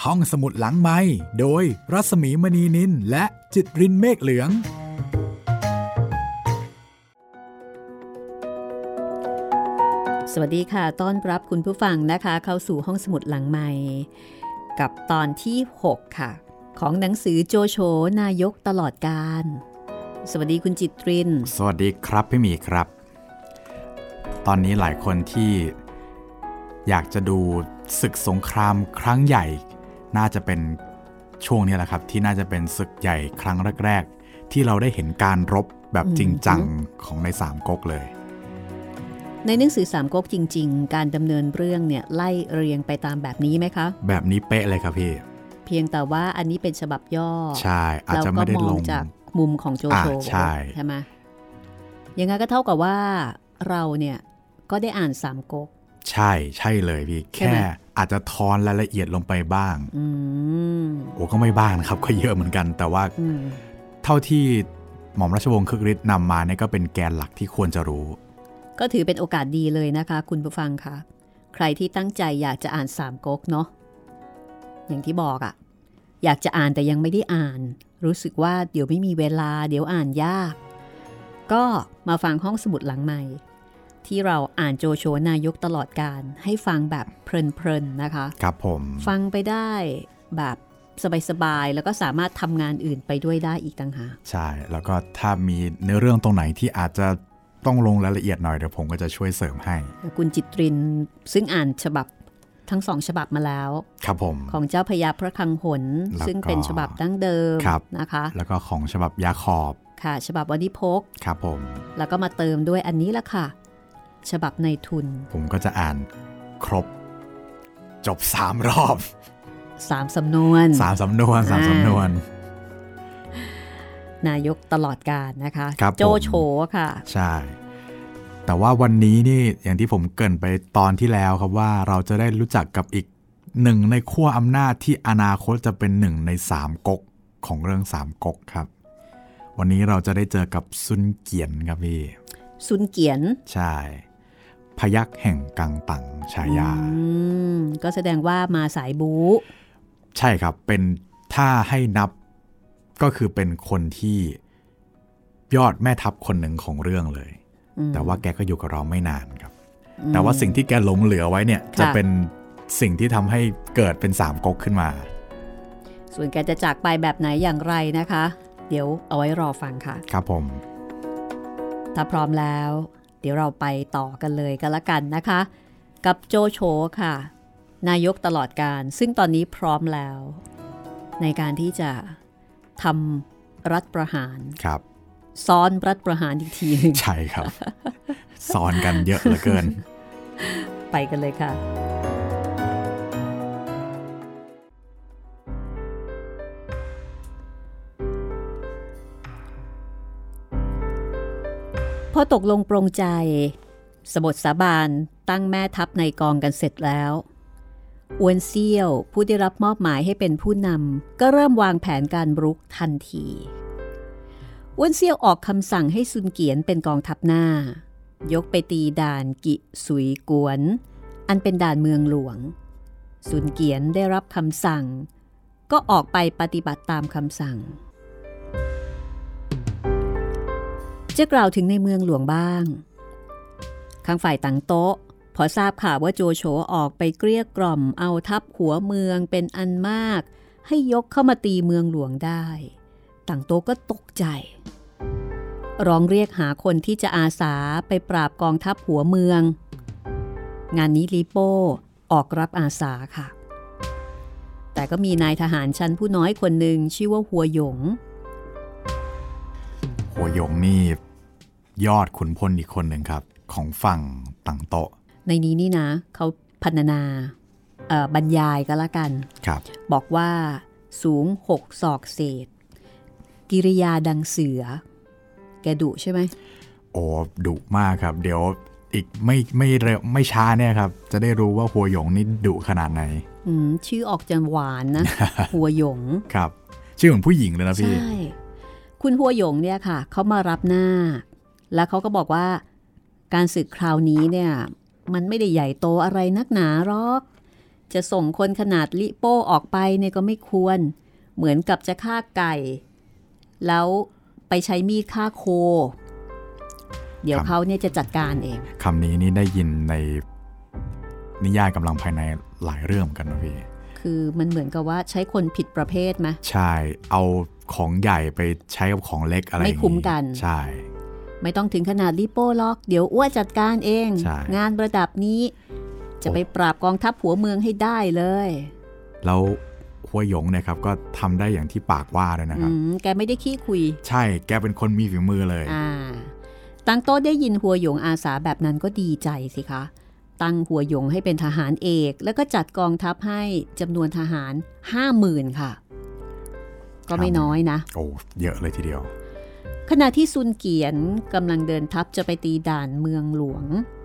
ห้องสมุดหลังไมค์โดยรัศมีมณีนินและจิตรินเมฆเหลืองสวัสดีค่ะต้อนรับคุณผู้ฟังนะคะเข้าสู่ห้องสมุดหลังไมค์กับตอนที่6ค่ะของหนังสือโจโฉนายกตลอดกาลสวัสดีคุณจิตรินสวัสดีครับพี่หมีครับตอนนี้หลายคนที่อยากจะดูศึกสงครามครั้งใหญ่น่าจะเป็นช่วงนี้แหละครับที่น่าจะเป็นศึกใหญ่ครั้งแรกๆที่เราได้เห็นการรบแบบจริงจังของในสามก๊กเลยในหนังสือสามก๊กจริงๆการดำเนินเรื่องเนี่ยไล่เรียงไปตามแบบนี้ไหมคะแบบนี้เป๊ะเลยครับพี่เพียงแต่ว่าอันนี้เป็นฉบับย่อใช่อาจจะไม่ได้ลงจากมุมของโจโฉใช่ไหมยังไงก็เท่ากับว่าเราเนี่ยก็ได้อ่านสามก๊กใช่เลยพี่แค่อาจจะทอนรายละเอียดลงไปบ้างโอ้ก็ไม่บ้างครับก็เยอะเหมือนกันแต่ว่าเท่าที่หม่อมราชวงศ์คึกฤทธิ์นำมาเนี่ยก็เป็นแกนหลักที่ควรจะรู้ก็ถือเป็นโอกาสดีเลยนะคะคุณผู้ฟังคะใครที่ตั้งใจอยากจะอ่านสามก๊กเนาะอย่างที่บอกอะอยากจะอ่านแต่ยังไม่ได้อ่านรู้สึกว่าเดี๋ยวไม่มีเวลาเดี๋ยวอ่านยากก็มาฟังห้องสมุดหลังใหม่ที่เราอ่านโจโฉนายกตลอดกาลให้ฟังแบบเพลินๆนะคะครับผมฟังไปได้แบบสบายๆแล้วก็สามารถทำงานอื่นไปด้วยได้อีกต่างหากใช่แล้วก็ถ้ามีเนื้อเรื่องตรงไหนที่อาจจะต้องลงรายละเอียดหน่อยเดี๋ยวผมก็จะช่วยเสริมให้คุณจิตรินซึ่งอ่านฉบับทั้งสองฉบับมาแล้วครับผมของเจ้าพญาพระคลังหนซึ่งเป็นฉบับดั้งเดิมนะคะแล้วก็ของฉบับยาขอบค่ะฉบับวณิพกครับผมแล้วก็มาเติมด้วยอันนี้ละค่ะฉบับในทุนผมก็จะอ่านครบจบ3 รอบ 3 สำนวน 3 สำนวนนายกตลอดกาลนะคะโจโฉค่ะใช่แต่ว่าวันนี้นี่อย่างที่ผมเกริ่นไปตอนที่แล้วครับว่าเราจะได้รู้จักกับอีกหนึ่งในขั้วอำนาจที่อนาคตจะเป็น1 ใน 3ก๊กของเรื่อง3ก๊กครับวันนี้เราจะได้เจอกับซุนเกียนครับพี่ซุนเกียนใช่พยัคฆ์แห่งกังตังฉายาก็แสดงว่ามาสายบู๊ใช่ครับเป็นถ้าให้นับก็คือเป็นคนที่ยอดแม่ทัพคนหนึ่งของเรื่องเลยแต่ว่าแกก็อยู่กับเราไม่นานครับแต่ว่าสิ่งที่แกหลงเหลือไว้เนี่ยจะเป็นสิ่งที่ทำให้เกิดเป็น3ก๊กขึ้นมาส่วนแกจะจากไปแบบไหนอย่างไรนะคะเดี๋ยวเอาไว้รอฟังค่ะครับผมถ้าพร้อมแล้วเดี๋ยวเราไปต่อกันเลยกันละกันนะคะกับโจโฉค่ะนายกตลอดกาลซึ่งตอนนี้พร้อมแล้วในการที่จะทำรัฐประหารครับซ้อนรัฐประหารอีกทีนึงใช่ครับซ้อนกันเยอะเหลือเกินไปกันเลยค่ะพอตกลงปรงใจสบทสาบานตั้งแม่ทัพในกองกันเสร็จแล้วอวนเซี่ยวผู้ได้รับมอบหมายให้เป็นผู้นำก็เริ่มวางแผนการรุกทันทีอวนเซี่ยวออกคำสั่งให้ซุนเกียนเป็นกองทัพหน้ายกไปตีด่านกิสุยกวนอันเป็นด่านเมืองหลวงซุนเกียนได้รับคำสั่งก็ออกไปปฏิบัติตามคำสั่งจะกล่าวถึงในเมืองหลวงบ้างข้างฝ่ายตังโต๊ะพอทราบข่าวว่าโจโฉออกไปเกลี้ยกล่อมเอาทัพหัวเมืองเป็นอันมากให้ยกเข้ามาตีเมืองหลวงได้ตังโต๊ะก็ตกใจร้องเรียกหาคนที่จะอาสาไปปราบกองทัพหัวเมืองงานนี้ลีโป้ออกรับอาสาค่ะแต่ก็มีนายทหารชั้นผู้น้อยคนหนึ่งชื่อว่าหัวหยงนี่ยอดขุนพลอีกคนหนึ่งครับของฝั่งตังโต๊ะในนี้นี่นะเขาพรรณนาบรรยายก็แล้วกันบอกว่าสูง6 ศอกเศษกิริยาดังเสือแกดุใช่ไหมโอ้ดุมากครับเดี๋ยวอีกไม่เร็วไม่ช้าเนี่ยครับจะได้รู้ว่าหัวหยงนี่ดุขนาดไหนชื่อออกจะหวานนะ หัวหยงครับชื่อเหมือนผู้หญิงเลยนะพี่ใช่คุณหัวหยงเนี่ยค่ะเขามารับหน้าแล้วเขาก็บอกว่าการศึกคราวนี้เนี่ยมันไม่ได้ใหญ่โตอะไรนักหนาหรอกจะส่งคนขนาดลิโป้ออกไปเนี่ยก็ไม่ควรเหมือนกับจะฆ่าไก่แล้วไปใช้มีดฆ่าโคเดี๋ยวเขาเนี่ยจะจัดการเองคำนี้นี่ได้ยินในนิยายกำลังภายในหลายเรื่องกันนะพี่คือมันเหมือนกับว่าใช้คนผิดประเภทไหมใช่เอาของใหญ่ไปใช้กับของเล็กอะไรไม่คุ้มกันใช่ไม่ต้องถึงขนาดลิโป้ล็อกเดี๋ยวอ้วจัดการเองงานระดับนี้จะไปปราบกองทัพหัวเมืองให้ได้เลยแล้วหัวหยงเนี่ยครับก็ทำได้อย่างที่ปากว่าเลยนะครับแกไม่ได้ขี้คุยใช่แกเป็นคนมีฝีมือเลยตังโต้ได้ยินหัวหยงอาสาแบบนั้นก็ดีใจสิคะตั้งหัวหยงให้เป็นทหารเอกแล้วก็จัดกองทัพให้จำนวนทหาร 50,000 ค่ะก็ไม่น้อยนะโอ้เยอะเลยทีเดียวขณะที่ซุนเกียนกำลังเดินทัพจะไปตีด่านเมืองหลวง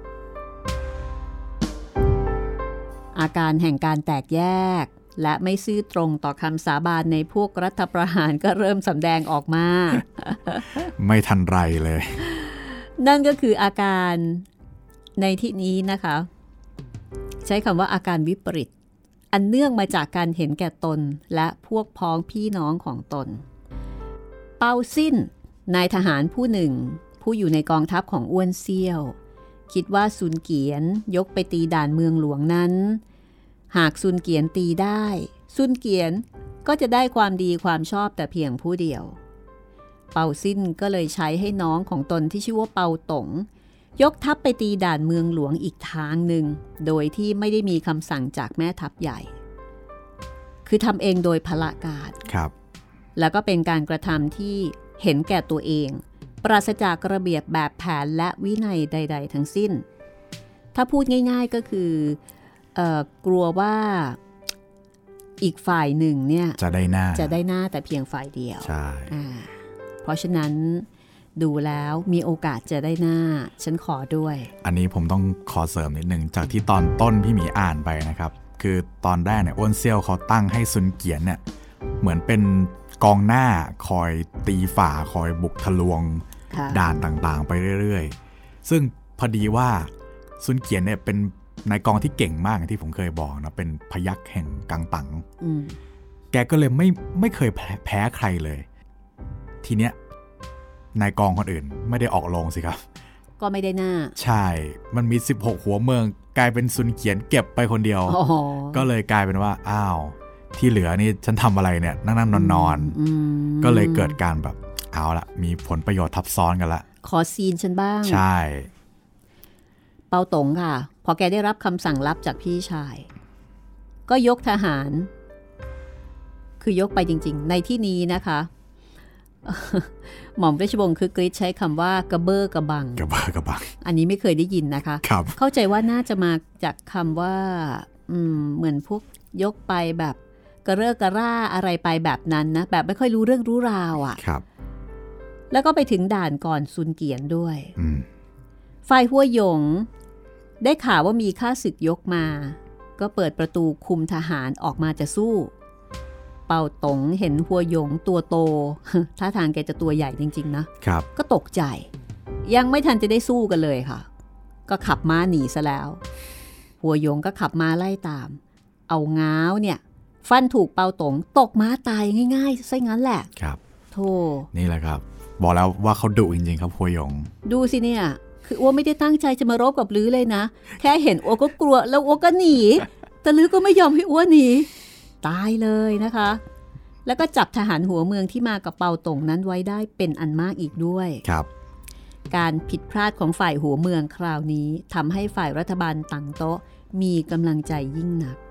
อาการแห่งการแตกแยกและไม่ซื่อตรงต่อคำสาบานในพวกรัฐประหารก็เริ่มสำแดงออกมาไม่ทันไรเลยนั่นก็คืออาการในที่นี้นะคะใช้คำว่าอาการวิปริตอันเนื่องมาจากการเห็นแก่ตนและพวกพ้องพี่น้องของตนเปาซิ่นนายทหารผู้หนึ่งผู้อยู่ในกองทัพของอ้วนเซี่ยวคิดว่าซุนเกียนยกไปตีด่านเมืองหลวงนั้นหากซุนเกียนตีได้ซุนเกียนก็จะได้ความดีความชอบแต่เพียงผู้เดียวเปาซิ่นก็เลยใช้ให้น้องของตนที่ชื่อว่าเปาตงยกทัพไปตีด่านเมืองหลวงอีกทางหนึ่งโดยที่ไม่ได้มีคำสั่งจากแม่ทัพใหญ่คือทำเองโดยพละการครับแล้วก็เป็นการกระทำที่เห็นแก่ตัวเองปราศจากระเบียบแบบแผนและวินัยใดๆทั้งสิ้นถ้าพูดง่ายๆก็คือกลัวว่าอีกฝ่ายหนึ่งเนี่ยจะได้หน้าแต่เพียงฝ่ายเดียวใช่เพราะฉะนั้นดูแล้วมีโอกาสจะได้หน้าฉันขอด้วยอันนี้ผมต้องขอเสริมนิดนึงจากที่ตอนต้นพี่หมีอ่านไปนะครับคือตอนแรกเนี่ยอ้วนเซี่ยวเขาตั้งให้ซุนเกียนเนี่ยเหมือนเป็นกองหน้าคอยตีฝ่าคอยบุกทะลวงด่านต่างๆไปเรื่อยๆซึ่งพอดีว่าซุนเกียนเนี่ยเป็นนายกองที่เก่งมากที่ผมเคยบอกนะเป็นพยัคฆ์แห่งกังตังแกก็เลยไม่เคยแพ้ใครเลยทีเนี้ยนายกองคนอื่นไม่ได้ออกลงสิครับก็ไม่ได้หน้าใช่มันมี16หัวเมืองกลายเป็นซุนเกียนเก็บไปคนเดียวก็เลยกลายเป็นว่าอ้าวที่เหลือนี่ฉันทำอะไรเนี่ยนั่งนอนก็เลยเกิดการแบบเอาละมีผลประโยชน์ทับซ้อนกันละขอซีนฉันบ้างใช่เปาตงค่ะพอแกได้รับคำสั่งลับจากพี่ชายก็ยกทหารคือยกไปจริงๆในที่นี้นะคะหม่อมราชวงศ์คือกริชใช้คำว่ากระเบ้อกระบังอันนี้ไม่เคยได้ยินนะคะเข้าใจว่าน่าจะมาจากคำว่าเหมือนพวกยกไปแบบกระเร่อกระร่าอะไรไปแบบนั้นนะแบบไม่ค่อยรู้เรื่องรู้ราวอ่ะแล้วก็ไปถึงด่านก่อนซุนเกียนด้วยฝ่ายหัวหยงได้ข่าวว่ามีข้าศึกยกมาก็เปิดประตูคุมทหารออกมาจะสู้เปาตงเห็นหัวหยงตัวโตท่าทางแกจะตัวใหญ่จริงๆนะครับก็ตกใจยังไม่ทันจะได้สู้กันเลยค่ะก็ขับม้าหนีซะแล้วหัวหยงก็ขับม้าไล่ตามเอาง้าวเนี่ยฟันถูกเปาตงตกม้าตายง่ายๆซะงั้นแหละครับโธ่นี่แหละครับบอกแล้วว่าเขาดุจริงๆครับหัวหยงดูสิเนี่ยคืออ้วไม่ได้ตั้งใจจะมารบกับลือเลยนะแค่เห็นอ้วก็กลัวแล้วอ้วก็หนีแต่ลือก็ไม่ยอมให้อ้วหนีตายเลยนะคะแล้วก็จับทหารหัวเมืองที่มากับเปาตงนั้นไว้ได้เป็นอันมากอีกด้วยครับการผิดพลาดของฝ่ายหัวเมืองคราวนี้ทำให้ฝ่ายรัฐบาลตังโต๊ะมีกำลังใจยิ่งหนัก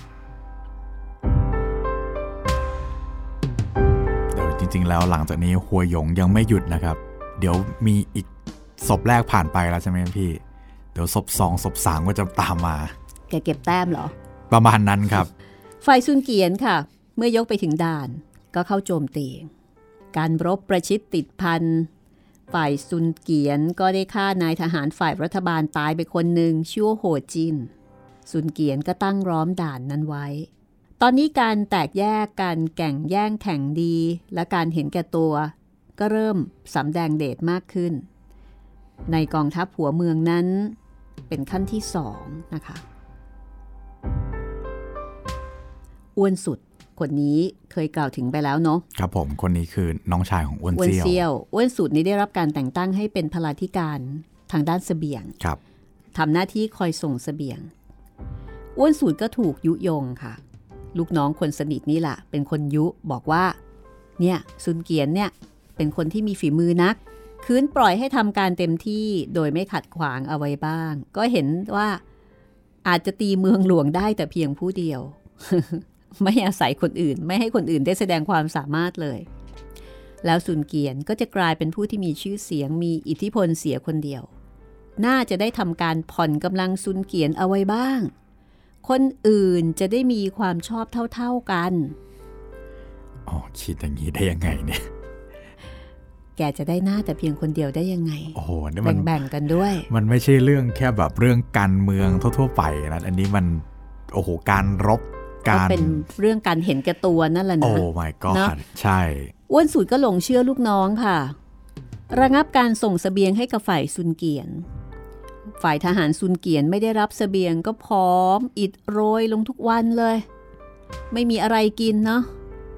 เดี๋ยวจริงๆแล้วหลังจากนี้หัวหยงยังไม่หยุดนะครับเดี๋ยวมีอีกศพแรกผ่านไปแล้วใช่ไหมพี่เดี๋ยวศพ2ศพ3ก็จะตามมาแกเก็บแต้มเหรอประมาณนั้นครับฝ่ายซุนเกียนค่ะเมื่อยกไปถึงด่านก็เข้าโจมตีการรบประชิดติดพันฝ่ายซุนเกียนก็ได้ฆ่านายทหารฝ่ายรัฐบาลตายไปคนหนึ่งชื่อโหจินซุนเกียนก็ตั้งล้อมด่านนั้นไว้ตอนนี้การแตกแยกการแข่งแย่งแข่งดีและการเห็นแก่ตัวก็เริ่มสำแดงเดชมากขึ้นในกองทัพหัวเมืองนั้นเป็นขั้นที่2นะคะอ้วนสุดคนนี้เคยกล่าวถึงไปแล้วเนาะครับผมคนนี้คือน้องชายของอ้วนเซี่ยวอ้วนสุดนี้ได้รับการแต่งตั้งให้เป็นพลาธิการทางด้านเสบียงครับทำหน้าที่คอยส่งเสบียงอ้วนสุดก็ถูกยุยงค่ะลูกน้องคนสนิทนี่แหละเป็นคนยุบอกว่าเนี่ยซุนเกียนเนี่ยเป็นคนที่มีฝีมือนักคืนปล่อยให้ทำการเต็มที่โดยไม่ขัดขวางเอาไว้บ้างก็เห็นว่าอาจจะตีเมืองหลวงได้แต่เพียงผู้เดียว ไม่อาศัยคนอื่นไม่ให้คนอื่นได้แสดงความสามารถเลยแล้วซุนเกียนก็จะกลายเป็นผู้ที่มีชื่อเสียงมีอิทธิพลเสียคนเดียวน่าจะได้ทำการผ่อนกำลังซุนเกียนเอาไว้บ้างคนอื่นจะได้มีความชอบเท่าๆกันอ๋อคิดอย่างนี้ได้ยังไงเนี่ยแกจะได้หน้าแต่เพียงคนเดียวได้ยังไงโอ้โหนี่มันแบ่งกันด้วยมันไม่ใช่เรื่องแค่แบบเรื่องการเมืองทั่วๆไปนะอันนี้มันโอ้โหการรบการเป็นเรื่องการเห็นแก่ตัวนั่นแหละนะโอ้ my god ใช่อ้วนสุดก็หลงเชื่อลูกน้องค่ะระงับการส่งเสบียงให้กับฝ่ายซุนเกียนฝ่ายทหารซุนเกียนไม่ได้รับเสบียงก็พร้อมอิดโรยลงทุกวันเลยไม่มีอะไรกินเนาะ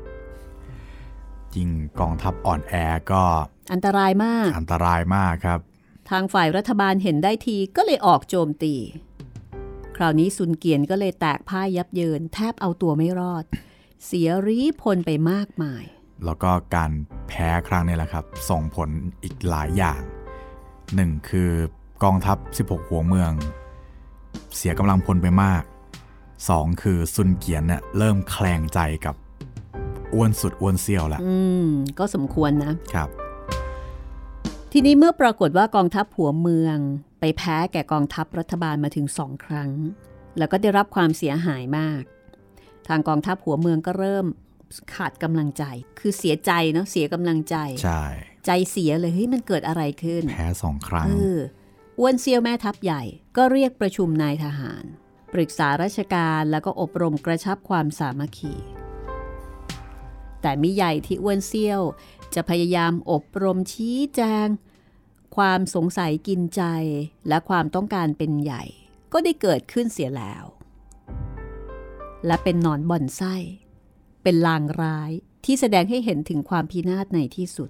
ยิ่งกองทัพอ่อนแอก็อันตรายมากครับทางฝ่ายรัฐบาลเห็นได้ทีก็เลยออกโจมตีคราวนี้ซุนเกียนก็เลยแตกพ่ายยับเยินแทบเอาตัวไม่รอดเสียรีพลไปมากมายแล้วก็การแพ้ครั้งนี้แหละครับส่งผลอีกหลายอย่างหนึ่งคือกองทัพ16หัวเมืองเสียกำลังพลไปมาก2คือซุนเกียนเนี่ยเริ่มแคลงใจกับอ้วนสุดอ้วนเซี่ยวแล้วก็สมควรนะครับทีนี้เมื่อปรากฏว่ากองทัพหัวเมืองไปแพ้แก่กองทัพรัฐบาลมาถึง2ครั้งแล้วก็ได้รับความเสียหายมากทางกองทัพหัวเมืองก็เริ่มขาดกำลังใจคือเสียใจเนาะเสียกำลังใจใช่ใจเสียเลยเฮ้ยมันเกิดอะไรขึ้นแพ้2ครั้งอ้วนเซี่ยวแม่ทัพใหญ่ก็เรียกประชุมนายทหารปรึกษาราชการแล้วก็อบรมกระชับความสามัคคีแต่มิใหญ่ที่อ้วนเซี่ยวจะพยายามอบรมชี้แจงความสงสัยกินใจและความต้องการเป็นใหญ่ก็ได้เกิดขึ้นเสียแล้วและเป็นหนอนบ่อนไส้เป็นลางร้ายที่แสดงให้เห็นถึงความพินาศในที่สุด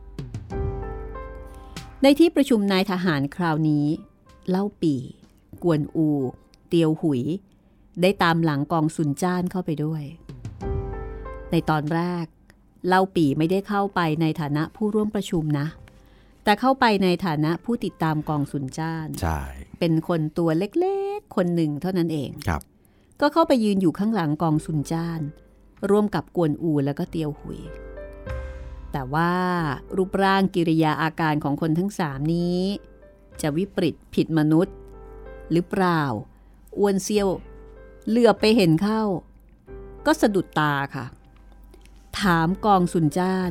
ในที่ประชุมนายทหารคราวนี้เล่าปี่กวนอูเตียวหุยได้ตามหลังกองซุนจ้านเข้าไปด้วยในตอนแรกเล่าปี่ไม่ได้เข้าไปในฐานะผู้ร่วมประชุมนะแต่เข้าไปในฐานะผู้ติดตามกองซุนจ้านใช่เป็นคนตัวเล็กๆคนหนึ่งเท่านั้นเองครับก็เข้าไปยืนอยู่ข้างหลังกองซุนจ้านร่วมกับกวนอูแล้วก็เตียวหุยแต่ว่ารูปร่างกิริยาอาการของคนทั้ง3นี้จะวิปริตผิดมนุษย์หรือเปล่าอ้วนเซี่ยวเหลือบไปเห็นเข้าก็สะดุดตาค่ะถามกองซุนจ้าน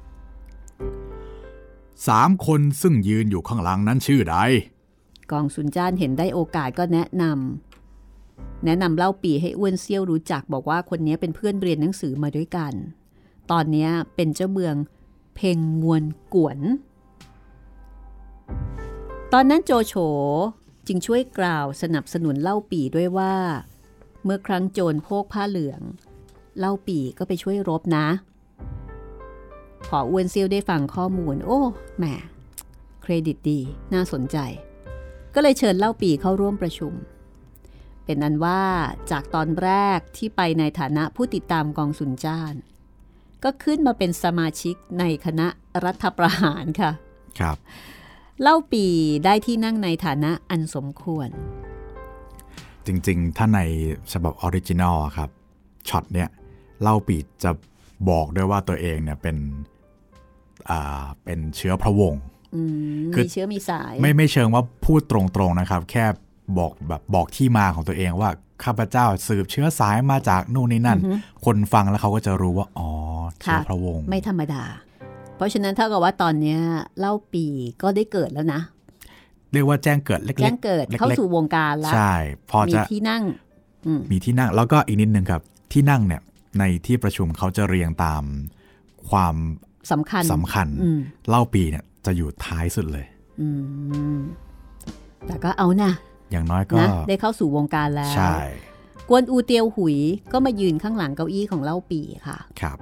3คนซึ่งยืนอยู่ข้างหลังนั้นชื่อใดกองซุนจ้านเห็นได้โอกาสก็แนะนำเล่าปี่ให้อ้วนเซี่ยวรู้จักบอกว่าคนนี้เป็นเพื่อนเรียนหนังสือมาด้วยกันตอนนี้เป็นเจ้าเมืองเพ่งงวนกวนตอนนั้นโจโฉจึงช่วยกล่าวสนับสนุนเล่าปี่ด้วยว่าเมื่อครั้งโจรโพกผ้าเหลืองเล่าปี่ก็ไปช่วยรบนะพออ้วนเซี่ยวได้ฟังข้อมูลโอ้แหมเครดิตดีน่าสนใจก็เลยเชิญเล่าปี่เข้าร่วมประชุมเป็นอันว่าจากตอนแรกที่ไปในฐานะผู้ติดตามกองซุนจ้านก็ขึ้นมาเป็นสมาชิกในคณะรัฐประหารค่ะครับเล่าปี่ได้ที่นั่งในฐานะอันสมควรจริงๆถ้าในฉบับออริจินอลครับช็อตเนี้ยเล่าปี่จะบอกด้วยว่าตัวเองเนี่ยเป็นเชื้อพระวงศ์คือมีเชื้อมีสายไม่เชิงว่าพูดตรงๆนะครับแค่บอกที่มาของตัวเองว่าข้าพเจ้าสืบเชื้อสายมาจากนู่นนี่นั่นคนฟังแล้วเขาก็จะรู้ว่าอ๋อเชื้อพระวงศ์ไม่ธรรมดาเพราะฉะนั้นเท่ากับว่าตอนนี้เล่าปี่ก็ได้เกิดแล้วนะเรียกว่าแจ้งเกิดเล็กๆแจ้งเกิดเข้าสู่วงการแล้วใช่พอจะมีที่นั่งแล้วก็อีกนิดนึงครับที่นั่งเนี่ยในที่ประชุมเขาจะเรียงตามความสำคัญเล่าปี่เนี่ยจะอยู่ท้ายสุดเลยแต่ก็เอานะอย่างน้อยก็ได้เข้าสู่วงการแล้วใช่กวนอูเตียวหุยก็มายืนข้างหลังเก้าอี้ของเล่าปีค่ะครับ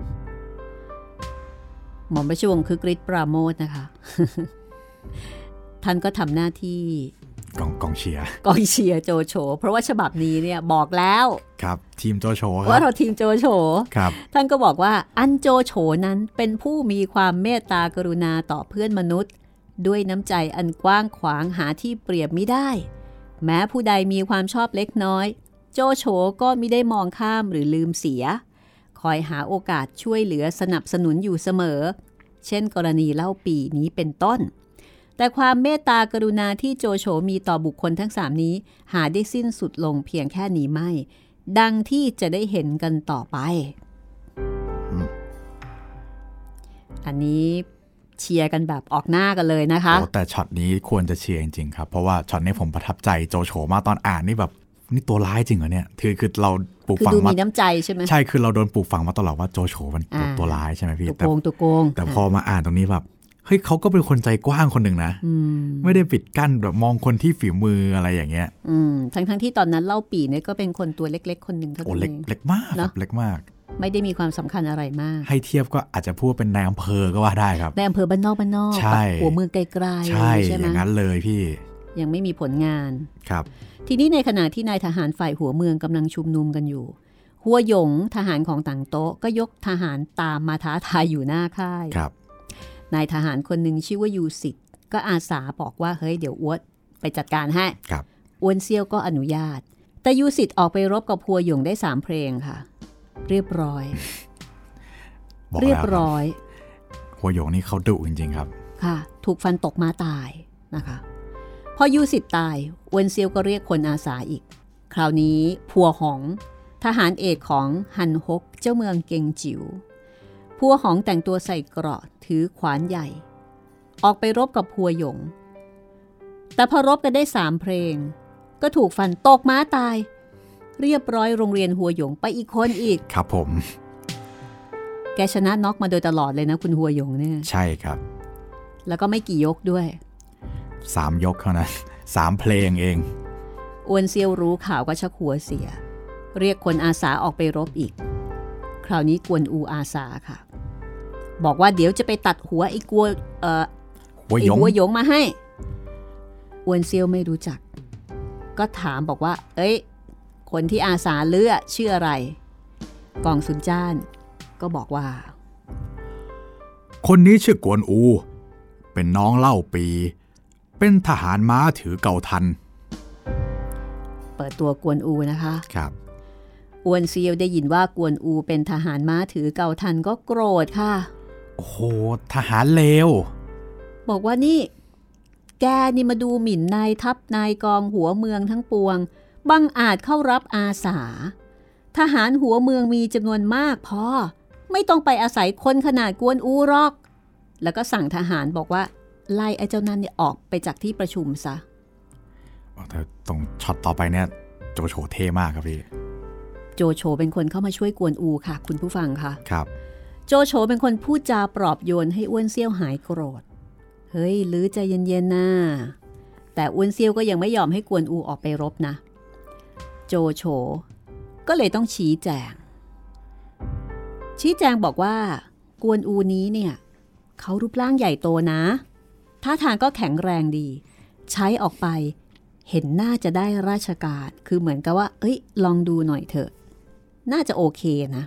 หม่อมราชวงศ์คึกฤทธิ์ปราโมทนะคะ ท่านก็ทำหน้าที่กองเชียร์โจโฉเพราะว่าฉบับนี้เนี่ยบอกแล้วครับทีมโจโฉว่าเราทีมโจโฉครับท่านก็บอกว่าอันโจโฉนั้นเป็นผู้มีความเมตตากรุณาต่อเพื่อนมนุษย์ด้วยน้ำใจอันกว้างขวางหาที่เปรียบมิได้แม้ผู้ใดมีความชอบเล็กน้อยโจโฉก็มิได้มองข้ามหรือลืมเสียคอยหาโอกาสช่วยเหลือสนับสนุนอยู่เสมอเช่นกรณีเล่าปีนี้เป็นต้นแต่ความเมตตากรุณาที่โจโฉมีต่อบุคคลทั้ง3นี้หาได้สิ้นสุดลงเพียงแค่นี้ไม่ดังที่จะได้เห็นกันต่อไปอันนี้เชียร์กันแบบออกหน้ากันเลยนะคะแต่ช็อตนี้ควรจะเชียร์จริงๆครับเพราะว่าช็อตนี้ผมประทับใจโจโฉมากตอนอ่านนี่แบบนี่ตัวร้ายจริงเหรอเนี่ยคือเราปลูกฝังมามีน้ำใจใช่ไหมใช่คือเราโดนปลูกฝังมาตลอดว่าโจโฉมันตัวร้ายใช่ไหมพี่ตัวโกงแต่พอมาอ่านตรงนี้แบบเฮ้ยเขาก็เป็นคนใจกว้างคนหนึ่งนะไม่ได้ปิดกั้นแบบมองคนที่ฝีมืออะไรอย่างเงี้ยทั้งที่ตอนนั้นเล่าปีเนี่ยก็เป็นคนตัวเล็กๆคนหนึ่งเท่านั้นเองเล็กมากเล็กมากไม่ได้มีความสำคัญอะไรมากให้เทียบก็อาจจะพูดเป็นนายอำเภอก็ว่าได้ครับนายอำเภอบ้านนอกใช่หัวเมืองไกลๆใช่อย่างนั้นเลยพี่ยังไม่มีผลงานครับทีนี้ในขณะที่นายทหารฝ่ายหัวเมืองกำลังชุมนุมกันอยู่หัวหยงทหารของต่างโต๊ะก็ยกทหารตามมาท้าทายอยู่หน้าค่ายนายทหารคนหนึ่งชื่อว่ายูสิตก็อาสาบอกว่าเฮ้ยเดี๋ยวอ้วนไปจัดการให้อ้วนเซี่ยวก็อนุญาตแต่ยูสิตออกไปรบกับหัวหยงได้3เพลงค่ะเรียบร้อยหัวหยงนี่เขาดุจริงๆครับค่ะถูกฟันตกม้าตายนะคะพอยูสิตตายอ้วนเซียวก็เรียกคนอาสาอีกคราวนี้พัวหงทหารเอกของฮันฮกเจ้าเมืองเกงจิ๋วพัวหงแต่งตัวใส่เกราะถือขวานใหญ่ออกไปรบกับพัวหยงแต่พอรบกันได้3เพลงก็ถูกฟันตกม้าตายเรียบร้อยโรงเรียนหัวหยงไปอีกคนอีกครับผมแกชนะน็อกมาโดยตลอดเลยนะคุณหัวหยงเนี่ยใช่ครับแล้วก็ไม่กี่ยกด้วย 3 ยกเท่านั้น3 เพลงเองอ้วนเซียวรู้ข่าวก็ชักหัวเสียเรียกคนอาสาออกไปรบอีกคราวนี้กวนอูอาสาค่ะบอกว่าเดี๋ยวจะไปตัดหัวไอ้หัวหยงมาให้อ้วนเซียวไม่รู้จักก็ถามบอกว่าเอ้ยคนที่อาสาเลือกชื่ออะไรกองซุนจ้านก็บอกว่าคนนี้ชื่อกวนอูเป็นน้องเล่าปีเป็นทหารม้าถือเก่าทันเปิดตัวกวนอูนะคะครับอ้วนเซียวได้ยินว่ากวนอูเป็นทหารม้าถือเก่าทันก็โกรธค่ะโอ้โหทหารเลวบอกว่านี่แกนี่มาดูหมิ่นนายทัพนายกองหัวเมืองทั้งปวงบังอาจเข้ารับอาสาทหารหัวเมืองมีจำนวนมากพอไม่ต้องไปอาศัยคนขนาดกวนอูหรอกแล้วก็สั่งทหารบอกว่าไล่ไอ้เจ้านั่นเนี่ยออกไปจากที่ประชุมซะแต่ตรงช็อตต่อไปเนี่ยโจโฉเท่มากครับพี่โจโฉเป็นคนเข้ามาช่วยกวนอูค่ะคุณผู้ฟังค่ะครับโจโฉเป็นคนพูดจาปลอบโยนให้อ้วนเซี่ยวหายโกรธเฮ้ยลือใจเย็นๆนะแต่อ้วนเซี่ยวก็ยังไม่ยอมให้กวนอูออกไปรบนะโจโฉก็เลยต้องชี้แจงบอกว่ากวนอูนี้เนี่ยเขารูปร่างใหญ่โตนะท่าทางก็แข็งแรงดีใช้ออกไปเห็นน่าจะได้ราชการคือเหมือนกับว่าเอ้ยลองดูหน่อยเถอะน่าจะโอเคนะ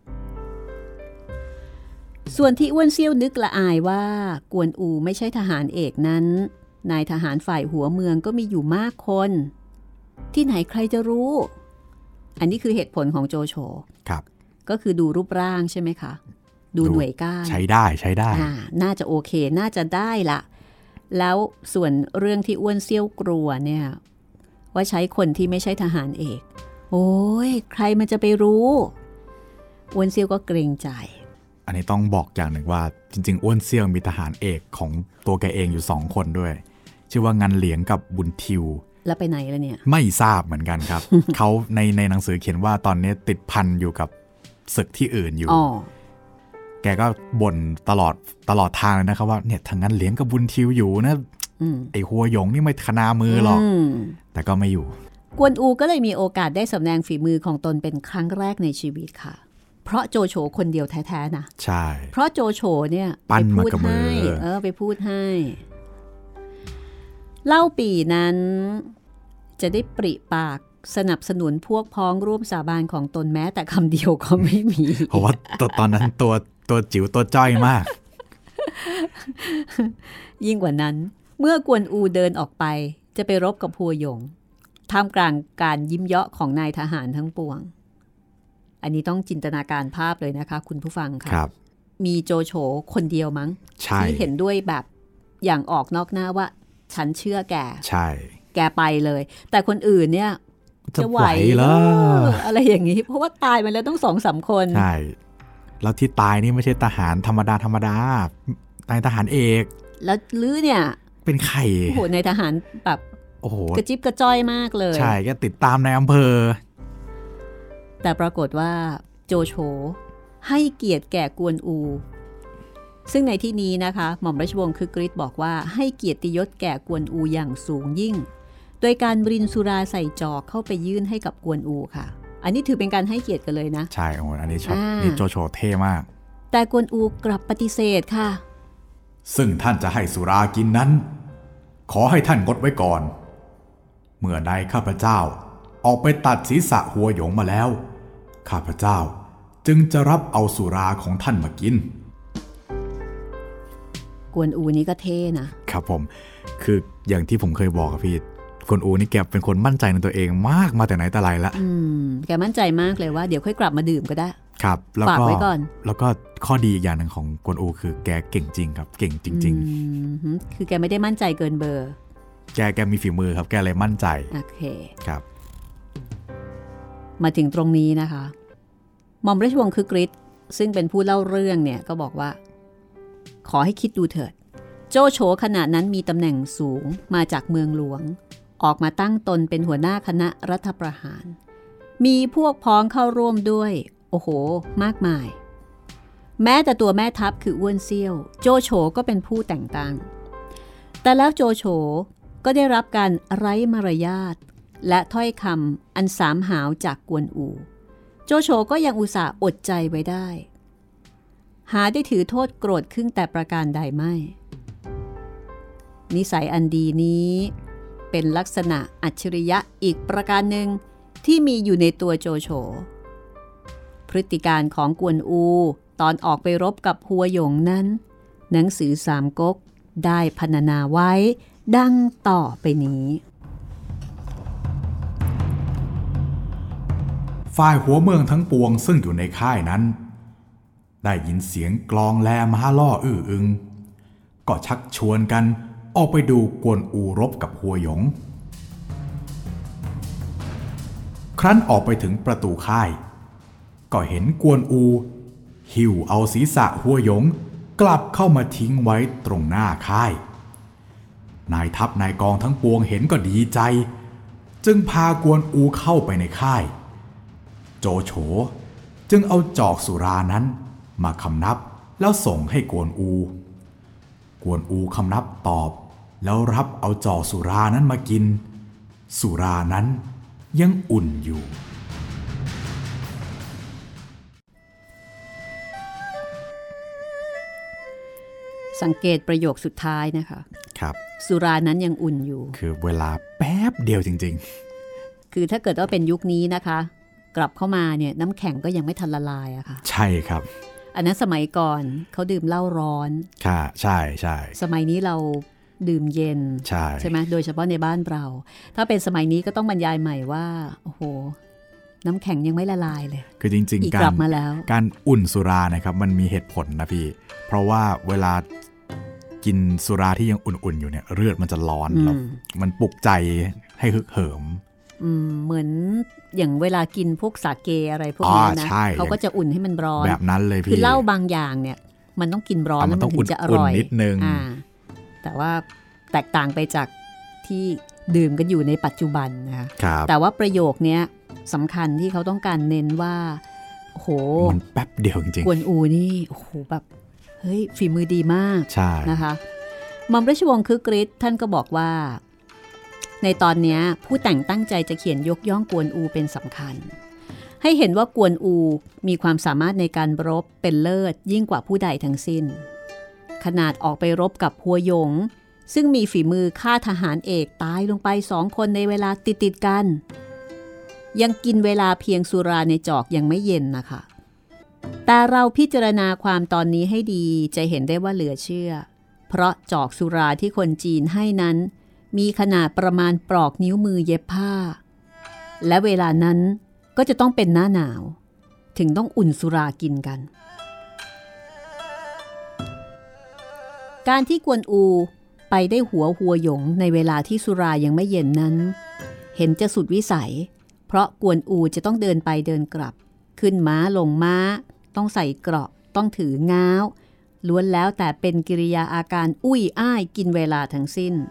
ส่วนที่อ้วนเซี่ยวนึกละอายว่ากวนอูไม่ใช่ทหารเอกนั้นนายทหารฝ่ายหัวเมืองก็มีอยู่มากคนที่ไหนใครจะรู้อันนี้คือเหตุผลของโจโฉครับก็คือดูรูปร่างใช่ไหมคะดูหน่วยก้านใช้ได้น่าจะโอเคน่าจะได้ละแล้วส่วนเรื่องที่อ้วนเซี่ยวกลัวเนี่ยว่าใช้คนที่ไม่ใช่ทหารเอกโอ้ยใครมันจะไปรู้อ้วนเซี่ยวก็เกรงใจอันนี้ต้องบอกอย่างหนึ่งว่าจริงๆอ้วนเซี่ยวมีทหารเอกของตัวแกเองอยู่2 คนด้วยชื่อว่างันเหลียงกับบุญทิวแล้วไปไหนแล้วเนี่ยไม่ทราบเหมือนกันครับ เขาในหนังสือเขียนว่าตอนนี้ติดพันอยู่กับศึกที่อื่นอยู่แกก็บ่นตลอดทางเลยนะครับว่าเนี่ยทางงันเหลียงกับบุญทิวอยู่นะไอหัวหยงนี่ไม่ขนามือหรอกแต่ก็ไม่อยู่กวนอูก็เลยมีโอกาสได้แสดงฝีมือของตนเป็นครั้งแรกในชีวิตค่ะเพราะโจโฉคนเดียวแท้ๆนะใช่เพราะโจโฉเนี่ยปั้นมากับมือไปพูดให้เล่าปีนั้นจะได้ปริปากสนับสนุนพวกพ้องร่วมสาบานของตนแม้แต่คำเดียวก็ไม่มีเพราะว่าตอนนั้นตัวจิ๋วตัวจ้อยมากยิ่งกว่านั้นเมื่อกวนอูเดินออกไปจะไปรบกับพัวหยงท่ามกลางการยิ้มเยาะของนายทหารทั้งปวงอันนี้ต้องจินตนาการภาพเลยนะคะคุณผู้ฟังค่ะมีโจโฉคนเดียวมั้งที่เห็นด้วยแบบอย่างออกนอกหน้าว่าฉันเชื่อแกใช่แกไปเลยแต่คนอื่นเนี่ยจะไหวเหรออะไรอย่างนี้เพราะว่าตายมาแล้วต้อง 2-3 คนใช่แล้วที่ตายนี่ไม่ใช่ทหารธรรมดานายทหารเอกแล้วลือเนี่ยเป็นใครโอ้โหนายทหารแบบโอ้โหกระจิบกระจ้อยมากเลยใช่ก็ติดตามในอำเภอแต่ปรากฏว่าโจโฉให้เกียรติแก่กวนอูซึ่งในที่นี้นะคะหม่อมราชวงศ์คึกฤทธิ์บอกว่าให้เกียรติยศแก่กวนอูอย่างสูงยิ่งโดยการรินสุราใส่จอกเข้าไปยื่นให้กับกวนอูค่ะอันนี้ถือเป็นการให้เกียรติกันเลยนะใช่โอ้อันนี้ช็อตนี่โจโฉเท่มากแต่กวนอูกลับปฏิเสธค่ะซึ่งท่านจะให้สุรากินนั้นขอให้ท่านงดไว้ก่อนเมื่อใดข้าพเจ้าออกไปตัดศีรษะหัวหยงมาแล้วข้าพเจ้าจึงจะรับเอาสุราของท่านมากินกวนอูนี่ก็เท่นะครับผมคืออย่างที่ผมเคยบอกกับพี่กวนอูนี่แกเป็นคนมั่นใจในตัวเองมากมาแต่ไหนแต่ไรละแกมั่นใจมากเลยว่าเดี๋ยวค่อยกลับมาดื่มก็ได้ครับฝากไว้ก่อนแล้วก็ข้อดีอีกอย่างหนึ่งของกวนอูคือแกเก่งจริงครับเก่งจริงๆคือแกไม่ได้มั่นใจเกินเบอร์แกมีฝีมือครับแกเลยมั่นใจโอเคครับมาถึงตรงนี้นะคะหม่อมราชวงศ์คึกฤทธิ์ซึ่งเป็นผู้เล่าเรื่องเนี่ยก็บอกว่าขอให้คิดดูเถิดโจโฉขณะนั้นมีตำแหน่งสูงมาจากเมืองหลวงออกมาตั้งตนเป็นหัวหน้าคณะรัฐประหารมีพวกพ้องเข้าร่วมด้วยโอ้โหมากมายแม้แต่ตัวแม่ทัพคืออ้วนเซี่ยวโจโฉก็เป็นผู้แต่งตั้งแต่แล้วโจโฉก็ได้รับการไร้มารยาทและถ้อยคำอันสามหาวจากกวนอูโจโฉก็ยังอุตส่าห์อดใจไว้ได้หาได้ถือโทษโกรธขึ้นแต่ประการใดไม่นิสัยอันดีนี้เป็นลักษณะอัจฉริยะอีกประการหนึ่งที่มีอยู่ในตัวโจโฉพฤติการของกวนอูตอนออกไปรบกับหัวหยงนั้นหนังสือสามก๊กได้พรรณนาไว้ดังต่อไปนี้ฝ่ายหัวเมืองทั้งปวงซึ่งอยู่ในค่ายนั้นได้ยินเสียงกลองแลม้าล่ออื้ออึงก็ชักชวนกันออกไปดูกวนอูรบกับหัวหยงครั้นออกไปถึงประตูค่ายก็เห็นกวนอูหิ้วเอาศีรษะหัวหยงกลับเข้ามาทิ้งไว้ตรงหน้าค่ายนายทัพนายกองทั้งปวงเห็นก็ดีใจจึงพากวนอูเข้าไปในค่ายโจโฉจึงเอาจอกสุรานั้นมาคำนับแล้วส่งให้กวนอูคำนับตอบแล้วรับเอาจอกสุรานั้นมากินสุรานั้นยังอุ่นอยู่สังเกตประโยคสุดท้ายนะคะครับสุรานั้นยังอุ่นอยู่คือเวลาแป๊บเดียวจริงๆคือถ้าเกิดว่าเป็นยุคนี้นะคะกลับเข้ามาเนี่ยน้ำแข็งก็ยังไม่ทันละลายอะค่ะใช่ครับอันนั้นสมัยก่อนเขาดื่มเหล้าร้อนค่ะใช่ใช่สมัยนี้เราดื่มเย็นใช่ไหมโดยเฉพาะในบ้านเราถ้าเป็นสมัยนี้ก็ต้องบรรยายใหม่ว่าโอ้โหน้ำแข็งยังไม่ละลายเลยคือจริงๆการอุ่นสุรานะครับมันมีเหตุผลนะพี่เพราะว่าเวลากินสุราที่ยังอุ่นๆอยู่เนี่ยเลือดมันจะร้อนแล้วมันปลุกใจให้ฮึกเหิมเหมือนอย่างเวลากินพวกสาเกอะไรพวกนี้นะเขาก็จะอุ่นให้มันร้อนแบบนั้นเลยพี่คือเหล้าบางอย่างเนี่ยมันต้องกินร้อนแล้วมันถึงจะอร่อยนิดนึงแต่ว่าแตกต่างไปจากที่ดื่มกันอยู่ในปัจจุบันนะคะแต่ว่าประโยคนี้สำคัญที่เขาต้องการเน้นว่าโอ้โหมันแป๊บเดียวจริงๆกวนอูนี่โอ้โหแบบเฮ้ยฝีมือดีมากใช่นะคะหม่อมราชวงศ์คึกฤทธิ์ท่านก็บอกว่าในตอนนี้ผู้แต่งตั้งใจจะเขียนยกย่องกวนอูเป็นสำคัญให้เห็นว่ากวนอูมีความสามารถในการรบเป็นเลิศยิ่งกว่าผู้ใดทั้งสิ้นขนาดออกไปรบกับหัวหยงซึ่งมีฝีมือฆ่าทหารเอกตายลงไป2 คนในเวลาติดๆกันยังกินเวลาเพียงสุราในจอกยังไม่เย็นนะคะแต่เราพิจารณาความตอนนี้ให้ดีจะเห็นได้ว่าเหลือเชื่อเพราะจอกสุราที่คนจีนให้นั้นมีขนาดประมาณปลอกนิ้วมือเย็บผ้าและเวลานั้นก็จะต้องเป็นหน้าหนาวถึงต้องอุ่นสุรากินกันการที่กวนอูไปได้หัวหยงในเวลาที่สุรายังไม่เย็นนั้นเห็นจะสุดวิสัยเพราะกวนอูจะต้องเดินไปเดินกลับขึ้นม้าลงม้าต้องใส่เกราะต้องถือง้าวล้วนแล้วแต่เป็นกิริยาอาการอุ้ยอ้ายกินเวลาทั้งสิ้น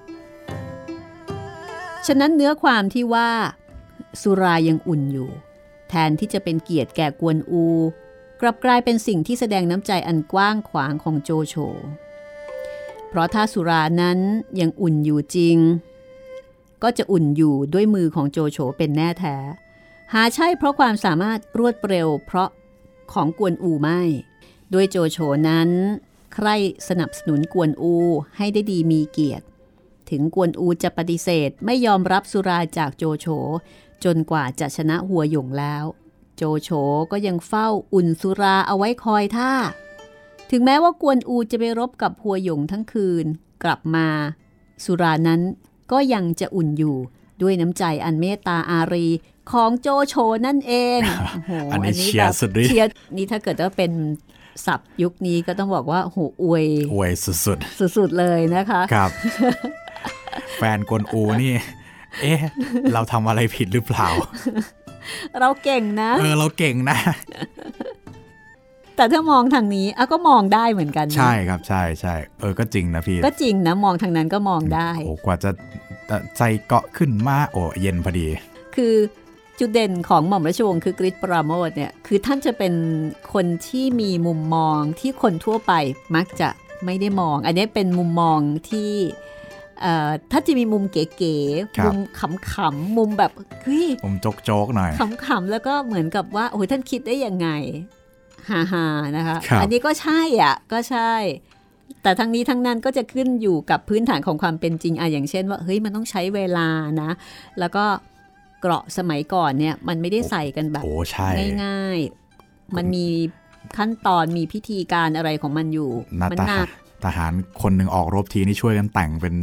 ฉะนั้นเนื้อความที่ว่าสุรายังอุ่นอยู่แทนที่จะเป็นเกียรติแก่กวนอูกลับกลายเป็นสิ่งที่แสดงน้ำใจอันกว้างขวางของโจโฉเพราะถ้าสุรานั้นยังอุ่นอยู่จริงก็จะอุ่นอยู่ด้วยมือของโจโฉเป็นแน่แท้หาใช่เพราะความสามารถรวดเร็วเพราะของกวนอูไม่ด้วยโจโฉนั้นใคร่สนับสนุนกวนอูให้ได้ดีมีเกียรติถึงกวนอูจะปฏิเสธไม่ยอมรับสุราจากโจโฉจนกว่าจะชนะหัวหยงแล้วโจโฉก็ยังเฝ้าอุ่นสุราเอาไว้คอยท่าถึงแม้ว่ากวนอูจะไปรบกับหัวหยงทั้งคืนกลับมาสุรานั้นก็ยังจะอุ่นอยู่ด้วยน้ำใจอันเมตตาอารีของโจโฉนั่นเองอันนี้เชียร์สุดฤทธิ์เชียร์นี่ถ้าเกิดว่าเป็นศัพท์ยุคนี้ก็ต้องบอกว่าโหอวยสุดๆเลยนะคะครับ แฟนกวนอูนี่เราทำอะไรผิดหรือเปล่าเราเก่งนะเราเก่งนะแต่ถ้ามองทางนี้ก็มองได้เหมือนกันนะใช่ครับใช่ก็จริงนะพี่ก็จริงนะมองทางนั้นก็มองได้กว่าจะใจเกาะขึ้นมาเย็นพอดีคือจุดเด่นของหม่อมราชวงศ์คือกฤษปราโมทเนี่ยคือท่านจะเป็นคนที่มีมุมมองที่คนทั่วไปมักจะไม่ได้มองอันนี้เป็นมุมมองที่ถ้าจะมีมุมเก๋ๆมุมขำๆมุมแบบมุมโจ๊กๆหน่อยขำๆแล้วก็เหมือนกับว่าโอ้ยท่านคิดได้ยังไงฮาๆนะคะอันนี้ก็ใช่ก็ใช่แต่ทั้งนี้ทั้งนั้นก็จะขึ้นอยู่กับพื้นฐานของความเป็นจริงอย่างเช่นว่าเฮ้ยมันต้องใช้เวลานะแล้วก็เกราะสมัยก่อนเนี่ยมันไม่ได้ใส่กันแบบง่ายๆมันมีขั้นตอนมีพิธีการอะไรของมันอยู่มันหนักทหารคนหนึ่งออกรบทีนี่ช่วยกันแต่งเป็น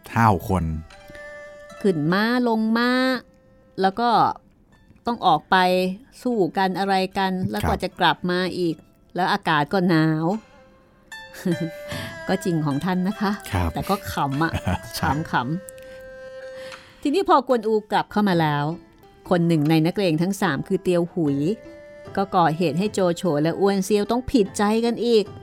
5 คนขึ้นม้าลงม้าแล้วก็ต้องออกไปสู้กันอะไรกันแล้วก็จะกลับมาอีกแล้วอากาศก็หนาว ก็จริงของท่านนะคะแต่ก็ขำขำทีนี้พอกวนอูกลับเข้ามาแล้วคนหนึ่งในนักเลงทั้ง3คือเตียวหุยก็ก่อเหตุให้โจโฉและอ้วนเซียวต้องผิดใจกันอีก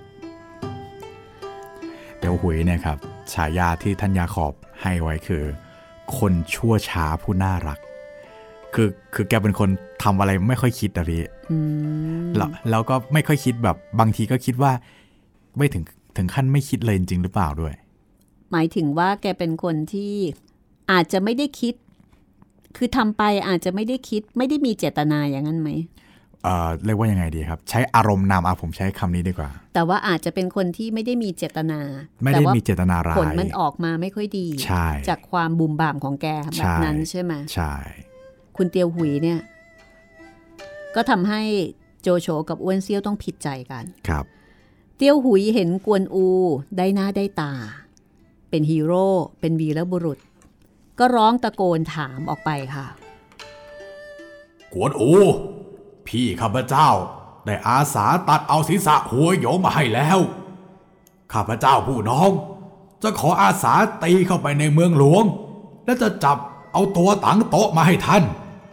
เตียวหุยเนี่ยครับฉายาที่ท่านยาขอบให้ไว้คือคนชั่วช้าผู้น่ารักคือแกเป็นคนทำอะไรไม่ค่อยคิดพี่แล้วก็ไม่ค่อยคิดแบบบางทีก็คิดว่าไม่ถึงขั้นไม่คิดเลยจริงหรือเปล่าด้วยหมายถึงว่าแกเป็นคนที่อาจจะไม่ได้คิดคือทำไปอาจจะไม่ได้คิดไม่ได้มีเจตนาอย่างนั้นไหมเรียกว่ายังไงดีครับใช้อารมณ์นำผมใช้คำนี้ดีกว่าแต่ว่าอาจจะเป็นคนที่ไม่ได้มีเจตนาไม่ได้มีเจตนาร้ายผลมันออกมาไม่ค่อยดีจากความบุ่มบ่ามของแกแบบนั้นใช่ไหมใช่คุณเตียวหุยเนี่ยก็ทำให้โจโฉกับอ้วนเซี่ยวต้องผิดใจกันครับเตียวหุยเห็นกวนอูได้หน้าได้ตาเป็นฮีโร่เป็นวีรบุรุษก็ร้องตะโกนถามออกไปค่ะกวนอูพี่ข้าพเจ้าได้อาสาตัดเอาศีรษะหัวหยงมาให้แล้วข้าพเจ้าผู้น้องจะขออาสาตีเข้าไปในเมืองหลวงและจะจับเอาตัวตังโต๊ะมาให้ท่าน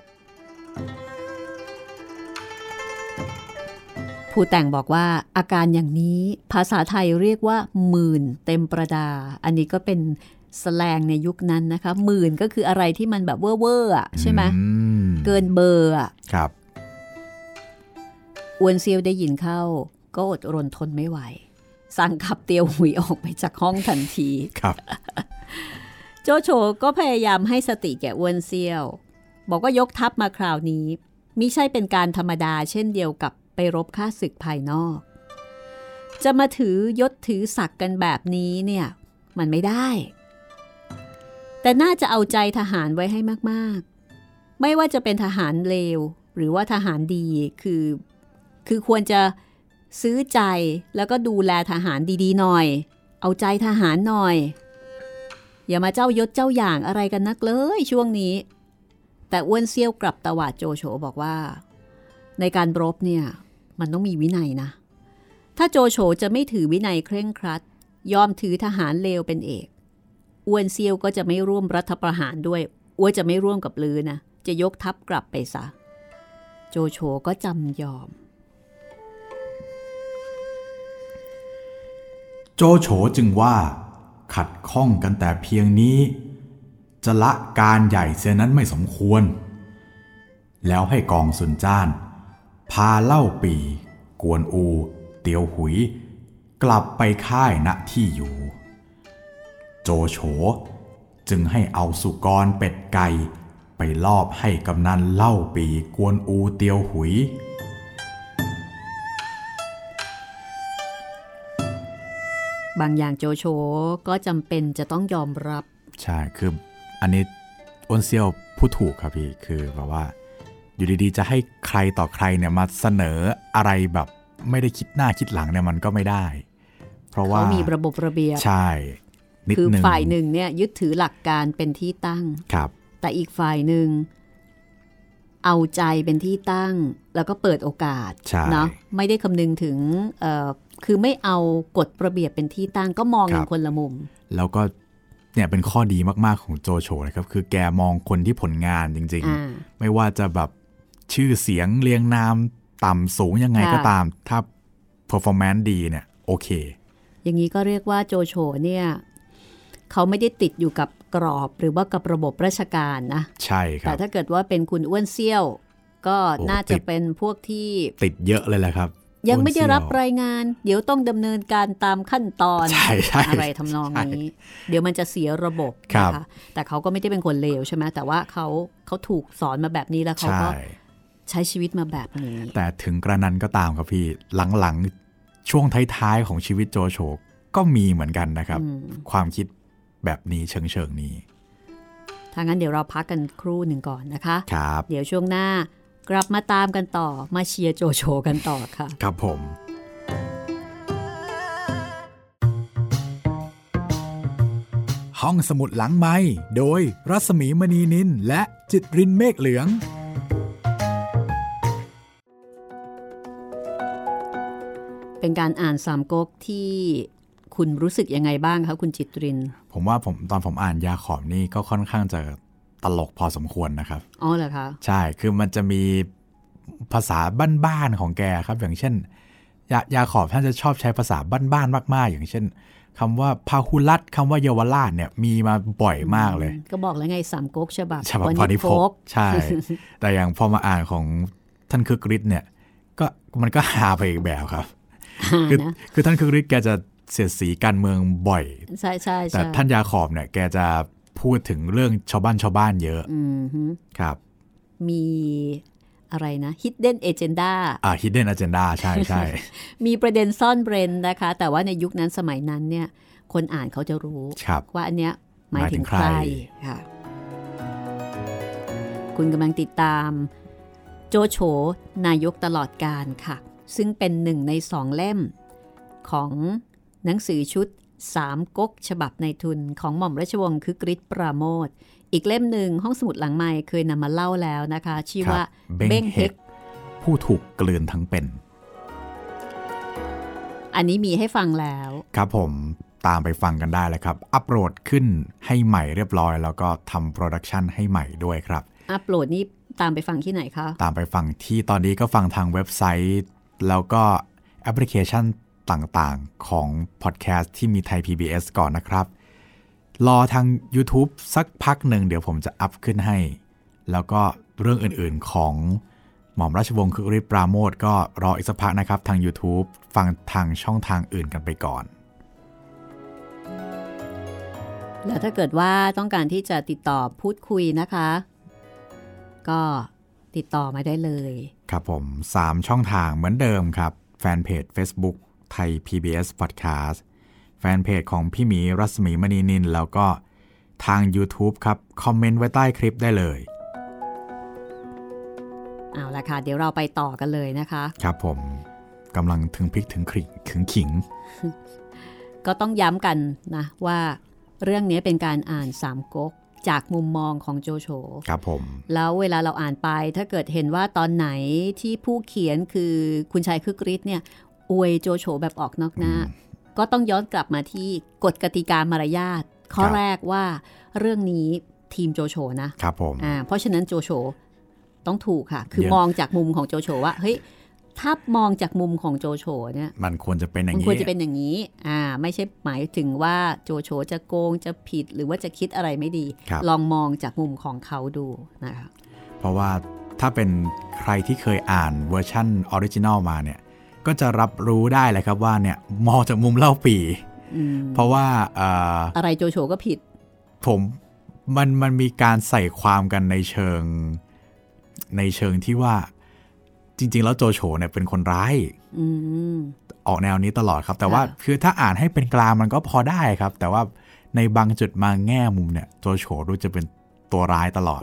ผู้แต่งบอกว่าอาการอย่างนี้ภาษาไทยเรียกว่าหมื่นเต็มประดาอันนี้ก็เป็นแสแลงในยุคนั้นนะคะหมื่นก็คืออะไรที่มันแบบเว่อร์ใช่ไหมเกินเบอร์ครับอ้วนเซียวได้ยินเข้าก็อดรนทนไม่ไหวสั่งขับเตียวหุยออกไปจากห้องทันทีครับโจโฉก็พยายามให้สติแก่อ้วนเซี่ยวบอกว่ายกทัพมาคราวนี้มิใช่เป็นการธรรมดาเช่นเดียวกับไปรบฆ่าศึกภายนอกจะมาถือยศถือศักดิ์กันแบบนี้เนี่ยมันไม่ได้แต่น่าจะเอาใจทหารไว้ให้มากๆไม่ว่าจะเป็นทหารเลวหรือว่าทหารดีคือควรจะซื้อใจแล้วก็ดูแลทหารดีๆหน่อยเอาใจทหารหน่อยอย่ามาเจ้ายศเจ้าอย่างอะไรกันนักเลยช่วงนี้แต่อ้วนเซี่ยวกลับตวาดโจโฉบอกว่าในการรบเนี่ยมันต้องมีวินัยนะถ้าโจโฉจะไม่ถือวินัยเคร่งครัดยอมถือทหารเลวเป็นเอกอ้วนเซี่ยวก็จะไม่ร่วมรัฐประหารด้วยอ้วนจะไม่ร่วมกับลือนะจะยกทัพกลับไปซะโจโฉก็จำยอมโจโฉจึงว่าขัดข้องกันแต่เพียงนี้จะละการใหญ่เสียนั้นไม่สมควรแล้วให้กองสุนจ้านพาเล่าปีกวนอูเตียวหุยกลับไปค่ายณที่อยู่โจโฉจึงให้เอาสุกรเป็ดไก่ไปลอบให้กำนันเล่าปีกวนอูเตียวหุยบางอย่างโจโฉก็จำเป็นจะต้องยอมรับใช่คืออันนี้อ้นเซี่ยวพูดถูกครับพี่คือแบบว่าอยู่ดีๆจะให้ใครต่อใครเนี่ยมาเสนออะไรแบบไม่ได้คิดหน้าคิดหลังเนี่ยมันก็ไม่ได้เพราะว่าเขามีระบบระเบียบใช่นิดนึงคือฝ่ายหนึ่งเนี่ยยึดถือหลักการเป็นที่ตั้งครับแต่อีกฝ่ายหนึ่งเอาใจเป็นที่ตั้งแล้วก็เปิดโอกาสเนาะไม่ได้คำนึงถึงคือไม่เอากฎระเบียบเป็นที่ตั้งก็มองอย่างคนละมุมแล้วก็เนี่ยเป็นข้อดีมากๆของโจโฉนะครับคือแกมองคนที่ผลงานจริงๆไม่ว่าจะแบบชื่อเสียงเรียงนามต่ำสูงยังไงก็ตามถ้า performance ดีเนี่ยโอเคอย่างนี้ก็เรียกว่าโจโฉเนี่ยเขาไม่ได้ติดอยู่กับกรอบหรือว่ากับระบบราชการนะใช่ครับแต่ถ้าเกิดว่าเป็นคุณอ้วนเซี่ยวก็น่าจะเป็นพวกที่ติดเยอะเลยแหละครับยังไม่ได้รับรายงานเดี๋ยวต้องดำเนินการตามขั้นตอนอะไรทำนองนี้เดี๋ยวมันจะเสียระบบนะคะแต่เขาก็ไม่ได้เป็นคนเลวใช่ไหมแต่ว่าเขาถูกสอนมาแบบนี้แล้วเขาก็ใช้ชีวิตมาแบบนี้แต่ถึงกระนั้นก็ตามครับพี่หลังๆช่วงท้ายๆของชีวิตโจโฉก็มีเหมือนกันนะครับความคิดแบบนี้เชิงนี้ถ้างั้นเดี๋ยวเราพักกันครู่หนึ่งก่อนนะคะครับเดี๋ยวช่วงหน้ากลับมาตามกันต่อมาเชียร์โจโฉกันต่อค่ะครับผมห้องสมุดหลังไมค์โดยรัศมีมณีนินและจิตรินเมฆเหลืองเป็นการอ่านสามก๊กที่คุณรู้สึกยังไงบ้างคะคุณจิตรินผมว่าตอนผมอ่านยาขอมนี่ก็ค่อนข้างจะตลกพอสมควรนะครับอ๋อเหรอคะใช่คือมันจะมีภาษาบ้านๆของแกครับอย่างเช่นยาขอบท่านจะชอบใช้ภาษาบ้านๆมากๆอย่างเช่นคำว่าพาหุรัตคำว่าเยาวราชเนี่ยมีมาบ่อยมากเลยก็บอกแล้วไงสามก๊กฉบับพอนิพกใช่ แต่อย่างพอมาอ่านของท่านคึกฤทธิ์เนี่ยก็มันก็ฮาไปอีกแบบครับคือท่านคึกฤทธิ์แกจะเสียดสีการเมืองบ่อยใช่ใช่แต่ท่านยาขอบเนี่ยแกจะพูดถึงเรื่องชาวบ้านเยอะครับมีอะไรนะ hidden agenda hidden agenda ใช่ใช่มีประเด็นซ่อนเร้นนะคะแต่ว่าในยุคนั้นสมัยนั้นเนี่ยคนอ่านเขาจะรู้ว่าอันเนี้ยหมายถึงใครค่ะคุณกำลังติดตามโจโฉนายกตลอดกาลค่ะซึ่งเป็นหนึ่งใน2เล่มของหนังสือชุด3ก๊กฉบับในทุนของหม่อมราชวงศ์คึกฤทธิ์ปราโมทย์อีกเล่มหนึ่งห้องสมุดหลังไมค์เคยนำมาเล่าแล้วนะคะชื่อว่าเบ้งเฮกผู้ถูกกลืนทั้งเป็นอันนี้มีให้ฟังแล้วครับผมตามไปฟังกันได้เลยครับอัปโหลดขึ้นให้ใหม่เรียบร้อยแล้วก็ทำโปรดักชันให้ใหม่ด้วยครับอัปโหลดนี่ตามไปฟังที่ไหนคะตามไปฟังที่ตอนนี้ก็ฟังทางเว็บไซต์แล้วก็แอปพลิเคชันต่างๆของพอดแคสต์ที่มีไทย PBS ก่อนนะครับรอทาง YouTube สักพักหนึ่งเดี๋ยวผมจะอัพขึ้นให้แล้วก็เรื่องอื่นๆของหม่อมราชวงศ์คึกฤทธิ์ปราโมทย์ก็รออีกสักพักนะครับทาง YouTube ฟังทางช่องทางอื่นกันไปก่อนแล้วถ้าเกิดว่าต้องการที่จะติดต่อพูดคุยนะคะก็ติดต่อมาได้เลยครับผม3ช่องทางเหมือนเดิมครับแฟนเพจ Facebook ไทย PBS Podcast แฟนเพจของพี่หมีรัศมีมณีนินแล้วก็ทาง YouTube ครับคอมเมนต์ไว้ใต้คลิปได้เลยเอาละค่ะเดี๋ยวเราไปต่อกันเลยนะคะครับผมกำลังถึงพริกถึงขิงก็ต้องย้ำกันนะว่าเรื่องนี้เป็นการอ่านสามก๊กจากมุมมองของโจโฉครับผมแล้วเวลาเราอ่านไปถ้าเกิดเห็นว่าตอนไหนที่ผู้เขียนคือคุณชัยคึกฤทธิ์เนี่ยอวยโจโฉแบบออกนอกหน้าก็ต้องย้อนกลับมาที่กฎกติกามารยาทข้อแรกว่าเรื่องนี้ทีมโจโฉนะครับผมเพราะฉะนั้นโจโฉต้องถูกค่ะคือมองจากมุมของโจโฉว่าเฮ้ยถ้ามองจากมุมของโจโฉเนี่ยมันควรจะเป็นอย่างนี้มันควรจะเป็นอย่างนี้ไม่ใช่หมายถึงว่าโจโฉจะโกงจะผิดหรือว่าจะคิดอะไรไม่ดีลองมองจากมุมของเขาดูนะคะเพราะว่าถ้าเป็นใครที่เคยอ่านเวอร์ชั่นออริจินัลมาเนี่ยก็จะรับรู้ได้เลยครับว่าเนี่ยมองจากมุมเล่าปี่เพราะว่าอะไรโจโฉก็ผิดผมมันมีการใส่ความกันในเชิงที่ว่าจริงๆแล้วโจโฉเนี่ยเป็นคนร้ายออกแนวนี้ตลอดครับแต่ว่าคือถ้าอ่านให้เป็นกลางมันก็พอได้ครับแต่ว่าในบางจุดบางแง่มุมเนี่ยโจโฉดูจะเป็นตัวร้ายตลอด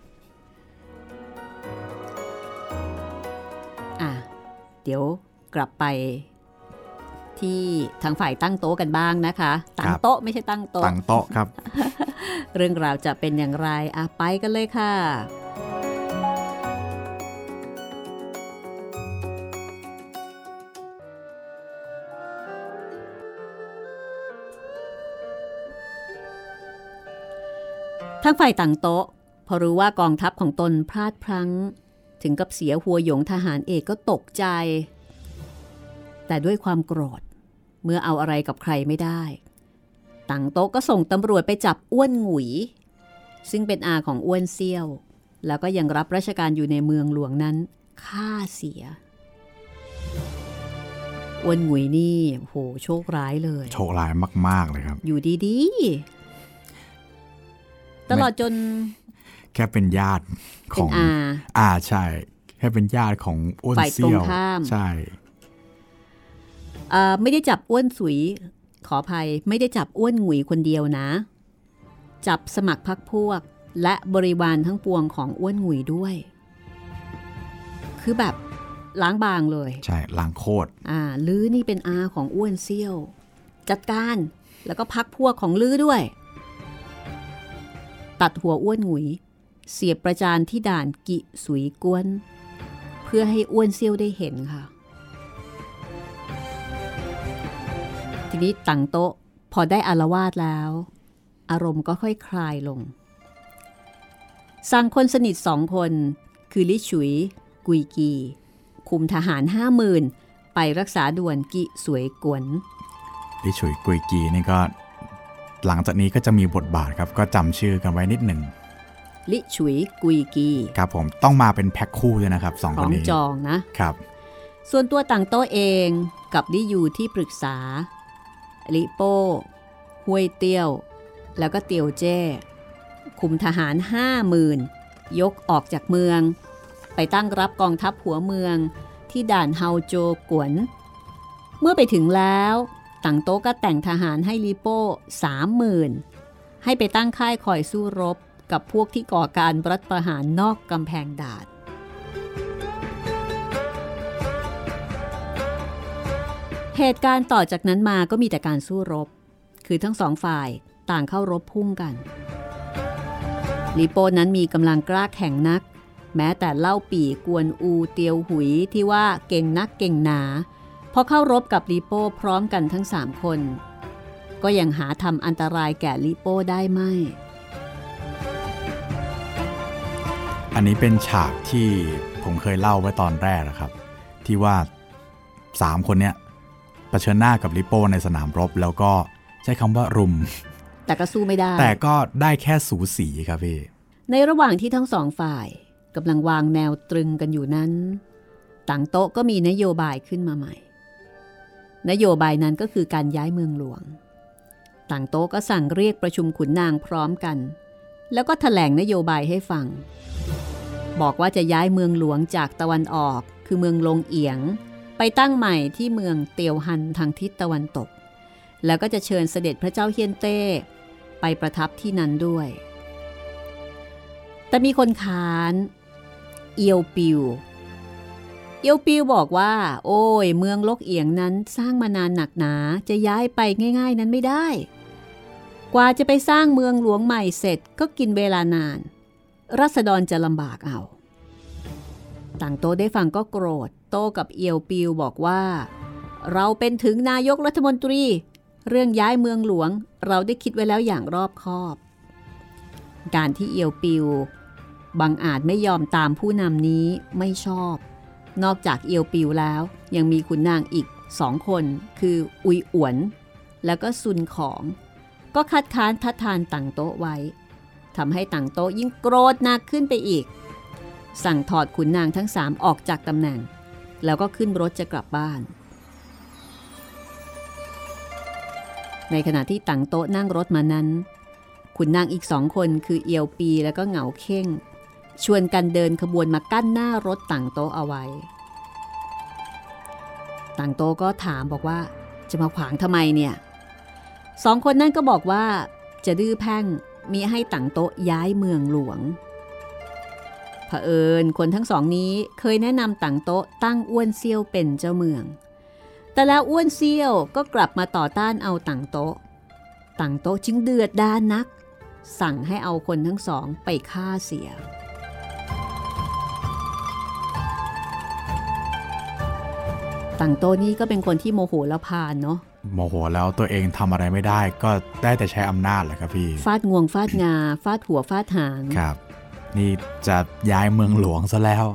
เดี๋ยวกลับไปที่ทางฝ่ายตั้งโต๊ะกันบ้างนะคะตั้งโต๊ะไม่ใช่ตั้งโต๊ะตั้งโต๊ะครับเรื่องราวจะเป็นอย่างไรไปกันเลยค่ะทางฝ่ายต่างโต๊ะพอรู้ว่ากองทัพของตนพลาดพลั้งถึงกับเสียหัวหยงทหารเอกก็ตกใจแต่ด้วยความโกรธเมื่อเอาอะไรกับใครไม่ได้ต่างโต๊ะก็ส่งตำรวจไปจับอ้วนหงุยซึ่งเป็นอาของอ้วนเซี่ยวแล้วก็ยังรับราชการอยู่ในเมืองหลวงนั้นฆ่าเสียอ้วนหงุยนี่โหโชคร้ายเลยโชคร้ายมากๆเลยครับอยู่ดีตลอดจนแค่เป็นญาติของใช่แค่เป็นญาติของอ้วนเซี่ยวใช่ไม่ได้จับอ้วนสุยขออภัยไม่ได้จับอ้วนหงุยคนเดียวนะจับสมัครพรรคพวกและบริวารทั้งปวงของอ้วนหงุยด้วยคือแบบล้างบางเลยใช่ล้างโคตรลื้อนี่เป็นอาของอ้วนเซี่ยวจัดการแล้วก็พรรคพวกของลื้อด้วยตัดหัวอ้วนหงุยเสียบประจานที่ด่านกิสุยกวนเพื่อให้อ้วนเซี่ยวได้เห็นค่ะทีนี้ตั้งโต๊ะพอได้อาละวาดแล้วอารมณ์ก็ค่อยคลายลงสั่งคนสนิท2 คนคือลิฉุยกุยกีคุมทหาร 50,000 ไปรักษาด่วนกิสวยกวนลิฉุยกุยกีนี่ก็หลังจากนี้ก็จะมีบทบาทครับก็จำชื่อกันไว้นิดหนึ่งลิฉุยกุยกีครับผมต้องมาเป็นแพ็คคู่ด้วยนะครับ2คนนี้ของจองนะครับส่วนตัวตั้งโต๊ะเองกับลิยูที่ปรึกษาลิโป้ห้วยเตี้ยวแล้วก็เตียวเจ้คุมทหาร 50,000 ยกออกจากเมืองไปตั้งรับกองทัพหัวเมืองที่ด่านเฮาโจกวนเมื่อไปถึงแล้วตั้งโต๊ะก็แต่งทหารให้ลิโป้ 30,000 ให้ไปตั้งค่ายคอยสู้รบกับพวกที่ก่อการรัฐประหารนอกกำแพงด่านเหตุการณ์ต่อจากนั้นมาก็มีแต่การสู้รบคือทั้งสองฝ่ายต่างเข้ารบพุ่งกันลิโป้นั้นมีกำลังกล้าแข็งนักแม้แต่เล่าปี่กวนอูเตียวหุยที่ว่าเก่งนักเก่งหนาพอเข้ารบกับลิโป้พร้อมกันทั้ง3 คนก็ยังหาทำอันตรายแก่ลิโป้ได้ไม่อันนี้เป็นฉากที่ผมเคยเล่าไว้ตอนแรกนะครับที่ว่า3 คนเนี้ยเผชิญหน้ากับลิโป้ในสนามรบแล้วก็ใช้คำว่ารุมแต่ก็สู้ไม่ได้แต่ก็ได้แค่สูสีครับพี่ในระหว่างที่ทั้ง2 ฝ่ายกำลังวางแนวตรึงกันอยู่นั้นตั้งโต๊ะก็มีนโยบายขึ้นมาใหม่นโยบายนั้นก็คือการย้ายเมืองหลวงต่างโต๊ะก็สั่งเรียกประชุมขุนนางพร้อมกันแล้วก็แถลงนโยบายให้ฟังบอกว่าจะย้ายเมืองหลวงจากตะวันออกคือเมืองลงเอียงไปตั้งใหม่ที่เมืองเตียวฮันทางทิศตะวันตกแล้วก็จะเชิญเสด็จพระเจ้าเฮียนเต้ไปประทับที่นั้นด้วยแต่มีคนค้านเอียวปิวบอกว่าโอ้ยเมืองลกเอียงนั้นสร้างมานานหนักหนาจะย้ายไปง่ายๆนั้นไม่ได้กว่าจะไปสร้างเมืองหลวงใหม่เสร็จก็กินเวลานานราษฎรจะลำบากเอาต่างโตได้ฟังก็โกรธโต้กับเอียวปิวบอกว่าเราเป็นถึงนายกรัฐมนตรีเรื่องย้ายเมืองหลวงเราได้คิดไว้แล้วอย่างรอบคอบการที่เอียวปิวบังอาจไม่ยอมตามผู้นำนี้ไม่ชอบนอกจากเอียวปิวแล้วยังมีขุนนางอีก2 คนคืออุยอวนแล้วก็ซุนของก็คัดค้านทัดทานต่างโต๊ะไว้ทำให้ต่างโต๊ะยิ่งโกรธหนักขึ้นไปอีกสั่งถอดขุนนางทั้ง3ออกจากตำแหน่งแล้วก็ขึ้นรถจะกลับบ้านในขณะที่ต่างโต๊ะนั่งรถมานั้นขุนนางอีก2 คนคือเอียวปีแล้วก็เหงาเข่งชวนกันเดินขบวนมากั้นหน้ารถต่างโต๊ะเอาไว้ต่างโต๊ะก็ถามบอกว่าจะมาขวางทำไมเนี่ย2 คนนั้นก็บอกว่าจะดื้อแพ่งมีให้ต่างโต๊ะย้ายเมืองหลวงเผอิญคนทั้ง2นี้เคยแนะนำต่างโต๊ะตั้งอ้วนเซี่ยวเป็นเจ้าเมืองแต่แล้วอ้วนเซี่ยวก็กลับมาต่อต้านเอาต่างโต๊ะจึงเดือดดาลนักสั่งให้เอาคนทั้ง2ไปฆ่าเสียต่างโต๊ะนี่ก็เป็นคนที่โมโหแล้วพานเนาะโมโหแล้วตัวเองทำอะไรไม่ได้ก็ได้แต่ใช้อำนาจแหละครับพี่ฟาดงวงฟาดงาฟาดหัวฟาดหางครับนี่จะย้ายเมืองหลวงซะแล้ว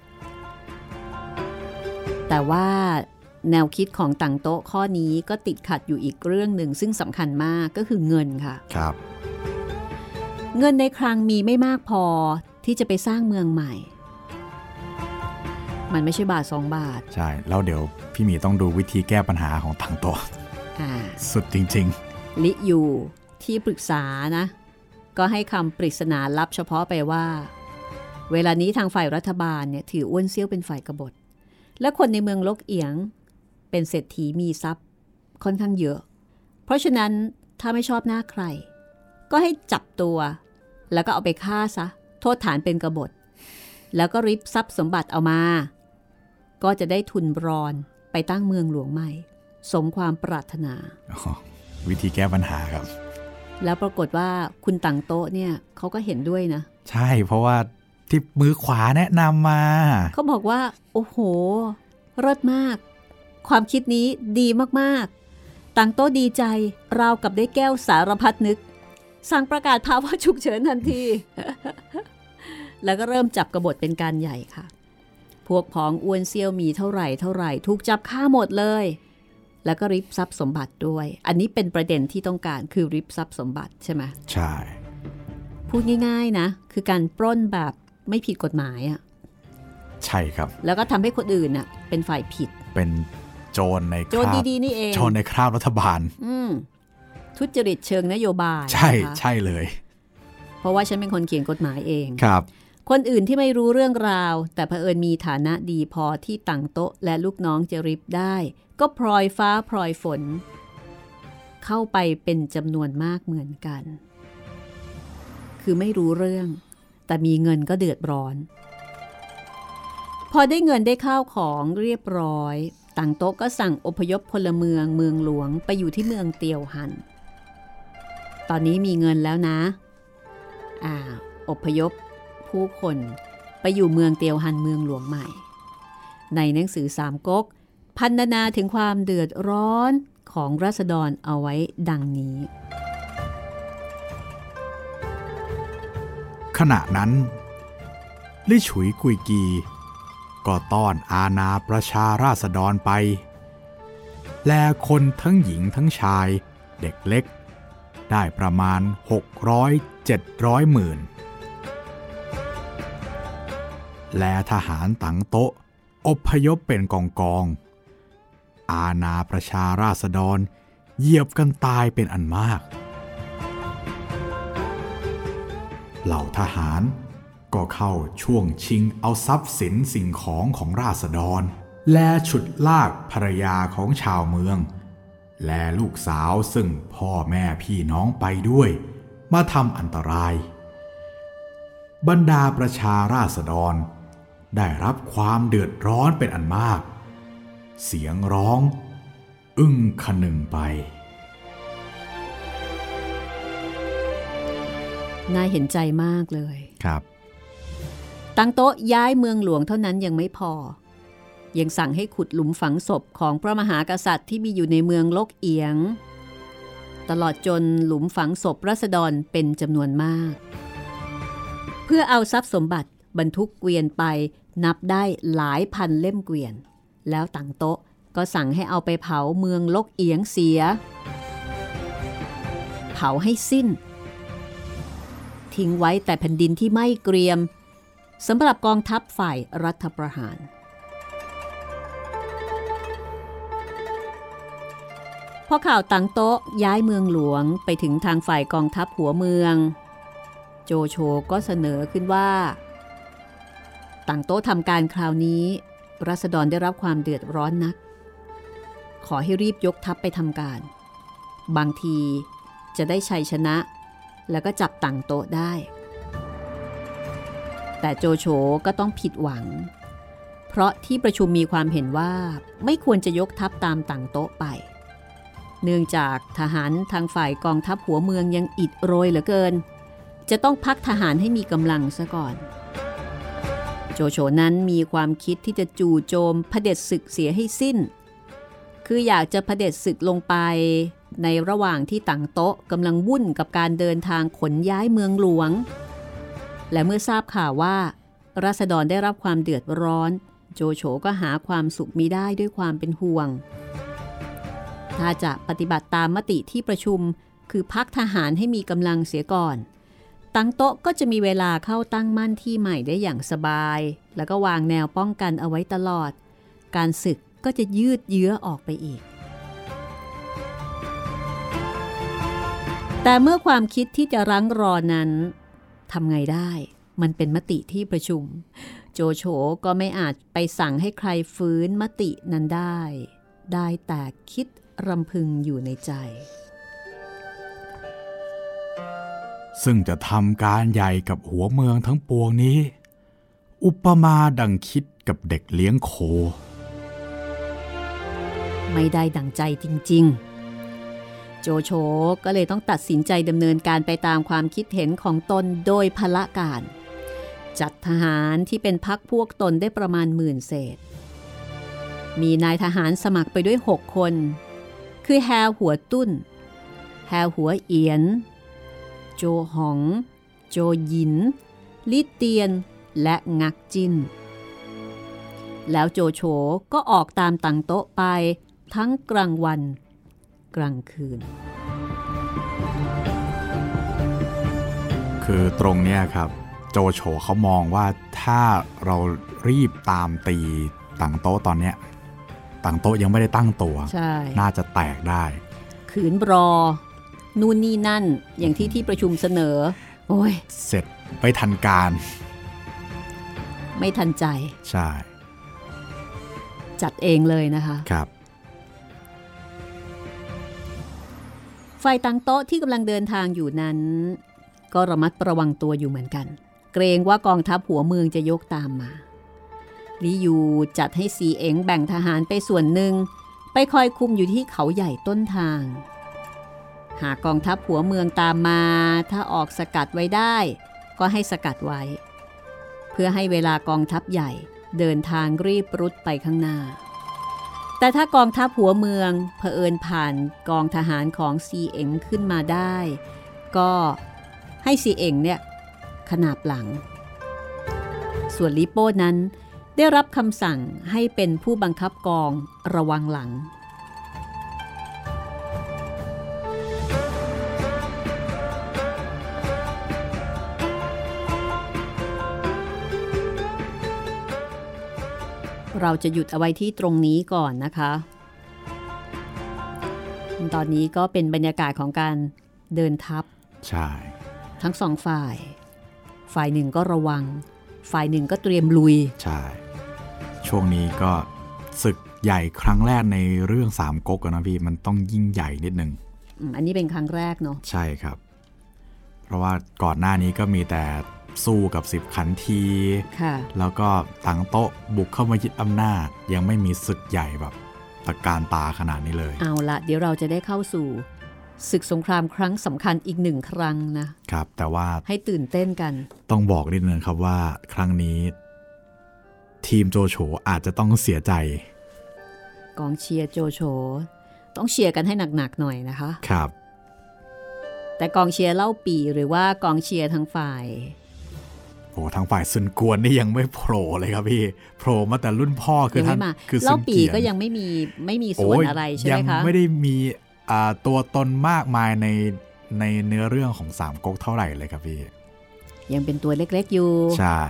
แต่ว่าแนวคิดของต่างโต๊ะข้อนี้ก็ติดขัดอยู่อีกเรื่องหนึ่งซึ่งสำคัญมากก็คือเงินค่ะครับเงินในคลังมีไม่มากพอที่จะไปสร้างเมืองใหม่มันไม่ใช่บาท2 บาทใช่แล้วเดี๋ยวพี่หมีต้องดูวิธีแก้ปัญหาของต่างโต๊ะสุดจริงๆลิยูที่ปรึกษานะก็ให้คำปริศนาลับเฉพาะไปว่าเวลานี้ทางฝ่ายรัฐบาลเนี่ยถืออ้วนเซี่ยวเป็นฝ่ายกบฏและคนในเมืองลกเอียงเป็นเศรษฐีมีทรัพย์ค่อนข้างเยอะเพราะฉะนั้นถ้าไม่ชอบหน้าใครก็ให้จับตัวแล้วก็เอาไปฆ่าซะโทษฐานเป็นกบฏแล้วก็ริบทรัพย์สมบัติเอามาก็จะได้ทุนบรอนไปตั้งเมืองหลวงใหม่สมความปรารถนาวิธีแก้ปัญหาครับแล้วปรากฏว่าคุณต่างโต๊ะเนี่ยเขาก็เห็นด้วยนะใช่เพราะว่าที่มือขวาแนะนำมาเขาบอกว่าโอ้โหเลิศมากความคิดนี้ดีมากๆต่างโต๊ะดีใจราวกับได้แก้วสารพัดนึกสั่งประกาศภาวะฉุกเฉินทันที แล้วก็เริ่มจับกบฏเป็นการใหญ่ค่ะพวกพ้องอ้วนเซี่ยวมีเท่าไหร่ถูกจับฆ่าหมดเลยแล้วก็ริบทรัพย์สมบัติด้วยอันนี้เป็นประเด็นที่ต้องการคือริบทรัพย์สมบัติใช่ไหมใช่พูดง่ายๆนะคือการปล้นแบบไม่ผิดกฎหมายอ่ะใช่ครับแล้วก็ทำให้คนอื่นน่ะเป็นฝ่ายผิดเป็นโจรในโจรดีๆนี่เองโจรในคราบรัฐบาลทุจริตเชิงนโยบายใช่เลยเพราะว่าฉันเป็นคนเขียนกฎหมายเองครับคนอื่นที่ไม่รู้เรื่องราวแต่เผอิญมีฐานะดีพอที่ต่างโต๊ะและลูกน้องจะริบได้ก็พลอยฟ้าพลอยฝนเข้าไปเป็นจำนวนมากเหมือนกันคือไม่รู้เรื่องแต่มีเงินก็เดือดร้อนพอได้เงินได้ข้าวของเรียบร้อยต่างโต๊ะก็สั่งอพยพพลเมืองเมืองหลวงไปอยู่ที่เมืองเตียวฮันตอนนี้มีเงินแล้วนะอพยพผู้คนไปอยู่เมืองเตียวฮันเมืองหลวงใหม่ในหนังสือ3ก๊กพรรณนาถึงความเดือดร้อนของราษฎรเอาไว้ดังนี้ขณะนั้นลี่ฉุยกุยกีก็ต้อนอาณาประชาราษฎรไปแลคนทั้งหญิงทั้งชายเด็กเล็กได้ประมาณ600-700 หมื่นและทหารต่างโต๊ะอพยพเป็นกองอาณาประชาราษฎรเหยียบกันตายเป็นอันมากเหล่าทหารก็เข้าช่วงชิงเอาทรัพย์สินสิ่งของของราษฎรและฉุดลากภรรยาของชาวเมืองและลูกสาวซึ่งพ่อแม่พี่น้องไปด้วยมาทำอันตรายบรรดาประชาราษฎรได้รับความเดือดร้อนเป็นอันมากเสียงร้องอึ้งคนึงไปน่าเห็นใจมากเลยครับตั้งโต๊ะย้ายเมืองหลวงเท่านั้นยังไม่พอยังสั่งให้ขุดหลุมฝังศพของพระมหากษัตริย์ที่มีอยู่ในเมืองลกเอียงตลอดจนหลุมฝังศพราษฎรเป็นจำนวนมากเพื่อเอาทรัพย์สมบัติบรรทุกเกวียนไปนับได้หลายพันเล่มเกวียนแล้วตั้งโต๊ะก็สั่งให้เอาไปเผาเมืองลกเอียงเสียเผาให้สิ้นทิ้งไว้แต่แผ่นดินที่ไม่เกรียมสำหรับกองทัพฝ่ายรัฐประหารพอข่าวตั้งโต๊ะย้ายเมืองหลวงไปถึงทางฝ่ายกองทัพหัวเมืองโจโฉก็เสนอขึ้นว่าตั้งโต๊ะทำการคราวนี้ราษฎรได้รับความเดือดร้อนนักขอให้รีบยกทัพไปทำการบางทีจะได้ชัยชนะแล้วก็จับตั้งโต๊ะได้แต่โจโฉก็ต้องผิดหวังเพราะที่ประชุมมีความเห็นว่าไม่ควรจะยกทัพตามตั้งโต๊ะไปเนื่องจากทหารทางฝ่ายกองทัพหัวเมืองยังอิดโรยเหลือเกินจะต้องพักทหารให้มีกำลังซะก่อนโจโฉนั้นมีความคิดที่จะจู่โจมเผด็จศึกเสียให้สิ้นคืออยากจะเผด็จศึกลงไปในระหว่างที่ตั้งโต๊ะกำลังวุ่นกับการเดินทางขนย้ายเมืองหลวงและเมื่อทราบข่าวว่าราษฎรได้รับความเดือดร้อนโจโฉก็หาความสุขมิได้ด้วยความเป็นห่วงถ้าจะปฏิบัติตามมติที่ประชุมคือพักทหารให้มีกำลังเสียก่อนตั้งโต๊ะก็จะมีเวลาเข้าตั้งมั่นที่ใหม่ได้อย่างสบายแล้วก็วางแนวป้องกันเอาไว้ตลอดการศึกก็จะยืดเยื้อออกไปอีกแต่เมื่อความคิดที่จะรั้งรอนั้นทำไงได้มันเป็นมติที่ประชุมโจโฉก็ไม่อาจไปสั่งให้ใครฟื้นมตินั้นได้แต่คิดรำพึงอยู่ในใจซึ่งจะทำการใหญ่กับหัวเมืองทั้งปวงนี้อุปมาดังคิดกับเด็กเลี้ยงโคไม่ได้ดังใจจริงๆโจโฉก็เลยต้องตัดสินใจดำเนินการไปตามความคิดเห็นของตนโดยพละการจัดทหารที่เป็นพรรคพวกตนได้ประมาณ10,000 เศษมีนายทหารสมัครไปด้วย6 คนคือแฮหัวตุ้นแฮหัวเอียนโจหองโจหยินลิเตียนและงักจินแล้วโจโฉก็ออกตามตั้งโต๊ะไปทั้งกลางวันกลางคืนคือตรงเนี้ยครับโจโฉเขามองว่าถ้าเรารีบตามตีตั้งโต๊ะตอนเนี้ยตั้งโต๊ะยังไม่ได้ตั้งตัวน่าจะแตกได้ขืนรอนู่นนี่นั่นอย่างที่ประชุมเสนอโอ้ยเสร็จไม่ทันการไม่ทันใจใช่จัดเองเลยนะคะครับฝ่ายตั้งโต๊ะที่กำลังเดินทางอยู่นั้นก็ระมัดระวังตัวอยู่เหมือนกันเกรงว่ากองทัพหัวเมืองจะยกตามมาลิยูจัดให้ซีเอ๋งแบ่งทหารไปส่วนหนึ่งไปคอยคุมอยู่ที่เขาใหญ่ต้นทางหากกองทัพหัวเมืองตามมาถ้าออกสกัดไว้ได้ก็ให้สกัดไว้เพื่อให้เวลากองทัพใหญ่เดินทางรีบรุดไปข้างหน้าแต่ถ้ากองทัพหัวเมืองเผอิญผ่านกองทหารของซีเอ๋งขึ้นมาได้ก็ให้ซีเอ๋งเนี่ยขนาบหลังส่วนลิโป้นั้นได้รับคำสั่งให้เป็นผู้บังคับกองระวังหลังเราจะหยุดเอาไว้ที่ตรงนี้ก่อนนะคะตอนนี้ก็เป็นบรรยากาศของการเดินทัพใช่ทั้งสองฝ่ายหนึ่งก็ระวังฝ่ายหนึ่งก็เตรียมลุยใช่ช่วงนี้ก็ศึกใหญ่ครั้งแรกในเรื่องสามก๊กนะพี่มันต้องยิ่งใหญ่นิดนึงอันนี้เป็นครั้งแรกเนาะใช่ครับเพราะว่าก่อนหน้านี้ก็มีแต่สู้กับ10ขันทีแล้วก็ตั้งโต๊ะบุกเข้ามายึดอำนาจยังไม่มีศึกใหญ่แบบตะการตาขนาดนี้เลยเอาละเดี๋ยวเราจะได้เข้าสู่ศึกสงครามครั้งสำคัญอีกหนึ่งครั้งนะครับแต่ว่าให้ตื่นเต้นกันต้องบอกนิดนึงครับว่าครั้งนี้ทีมโจโฉอาจจะต้องเสียใจกองเชียร์โจโฉต้องเชียร์กันให้หนักๆหน่อยนะคะครับแต่กองเชียร์เล่าปี่หรือว่ากองเชียร์ทางฝ่ายทางฝ่ายซุนกวนนี่ยังไม่โผล่เลยครับพี่โผล่มาแต่รุ่นพ่อคือท่านคือเล่าปี่ก็ยังไม่มีส่วนอะไรใช่ไหมคะยังไม่ได้มีตัวตนมากมายในเนื้อเรื่องของสามก๊กเท่าไหร่เลยครับพี่ยังเป็นตัวเล็กๆอยู่ใช่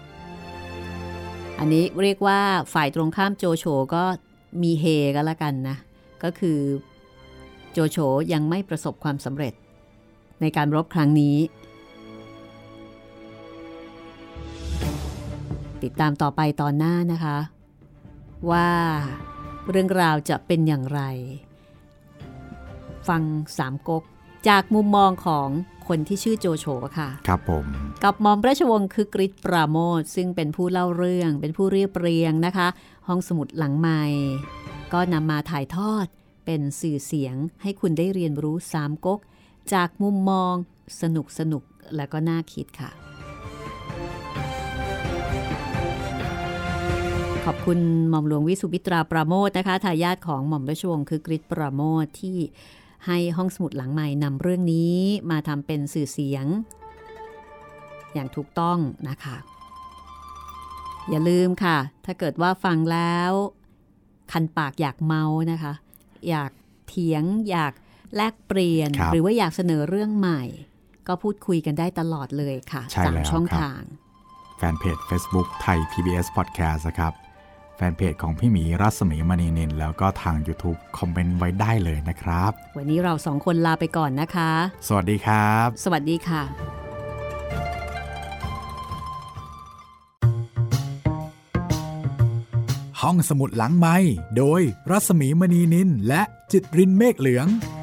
อันนี้เรียกว่าฝ่ายตรงข้ามโจโฉก็มีเฮกันละกันนะก็คือโจโฉยังไม่ประสบความสำเร็จในการรบครั้งนี้ติดตามต่อไปตอนหน้านะคะว่าเรื่องราวจะเป็นอย่างไรฟังสามก๊กจากมุมมองของคนที่ชื่อโจโฉค่ะครับผมกับหม่อมราชวงศ์คือกฤษปราโมทซึ่งเป็นผู้เล่าเรื่องเป็นผู้เรียบเรียงนะคะห้องสมุดหลังใหม่ก็นำมาถ่ายทอดเป็นสื่อเสียงให้คุณได้เรียนรู้สามก๊กจากมุมมองสนุกและก็น่าคิดค่ะขอบคุณหม่อมหลวงวิสุมิตราปราโมทนะคะทายาทของหม่อมราชวงศ์คือกฤษปราโมทที่ให้ห้องสมุดหลังใหม่นำเรื่องนี้มาทำเป็นสื่อเสียงอย่างถูกต้องนะคะอย่าลืมค่ะถ้าเกิดว่าฟังแล้วคันปากอยากเมานะคะอยากเถียงอยากแลกเปลี่ยนหรือว่าอยากเสนอเรื่องใหม่ก็พูดคุยกันได้ตลอดเลยค่ะ3ช่องทางแฟนเพจ Facebook ไทย PBS Podcast นะครับแฟนเพจของพี่หมีรัศมีมณีนินแล้วก็ทาง YouTube คอมเมนต์ไว้ได้เลยนะครับวันนี้เรา2คนลาไปก่อนนะคะสวัสดีครับสวัสดีค่ะห้องสมุดหลังไมค์โดยรัศมีมณีนินและจิตรินเมฆเหลือง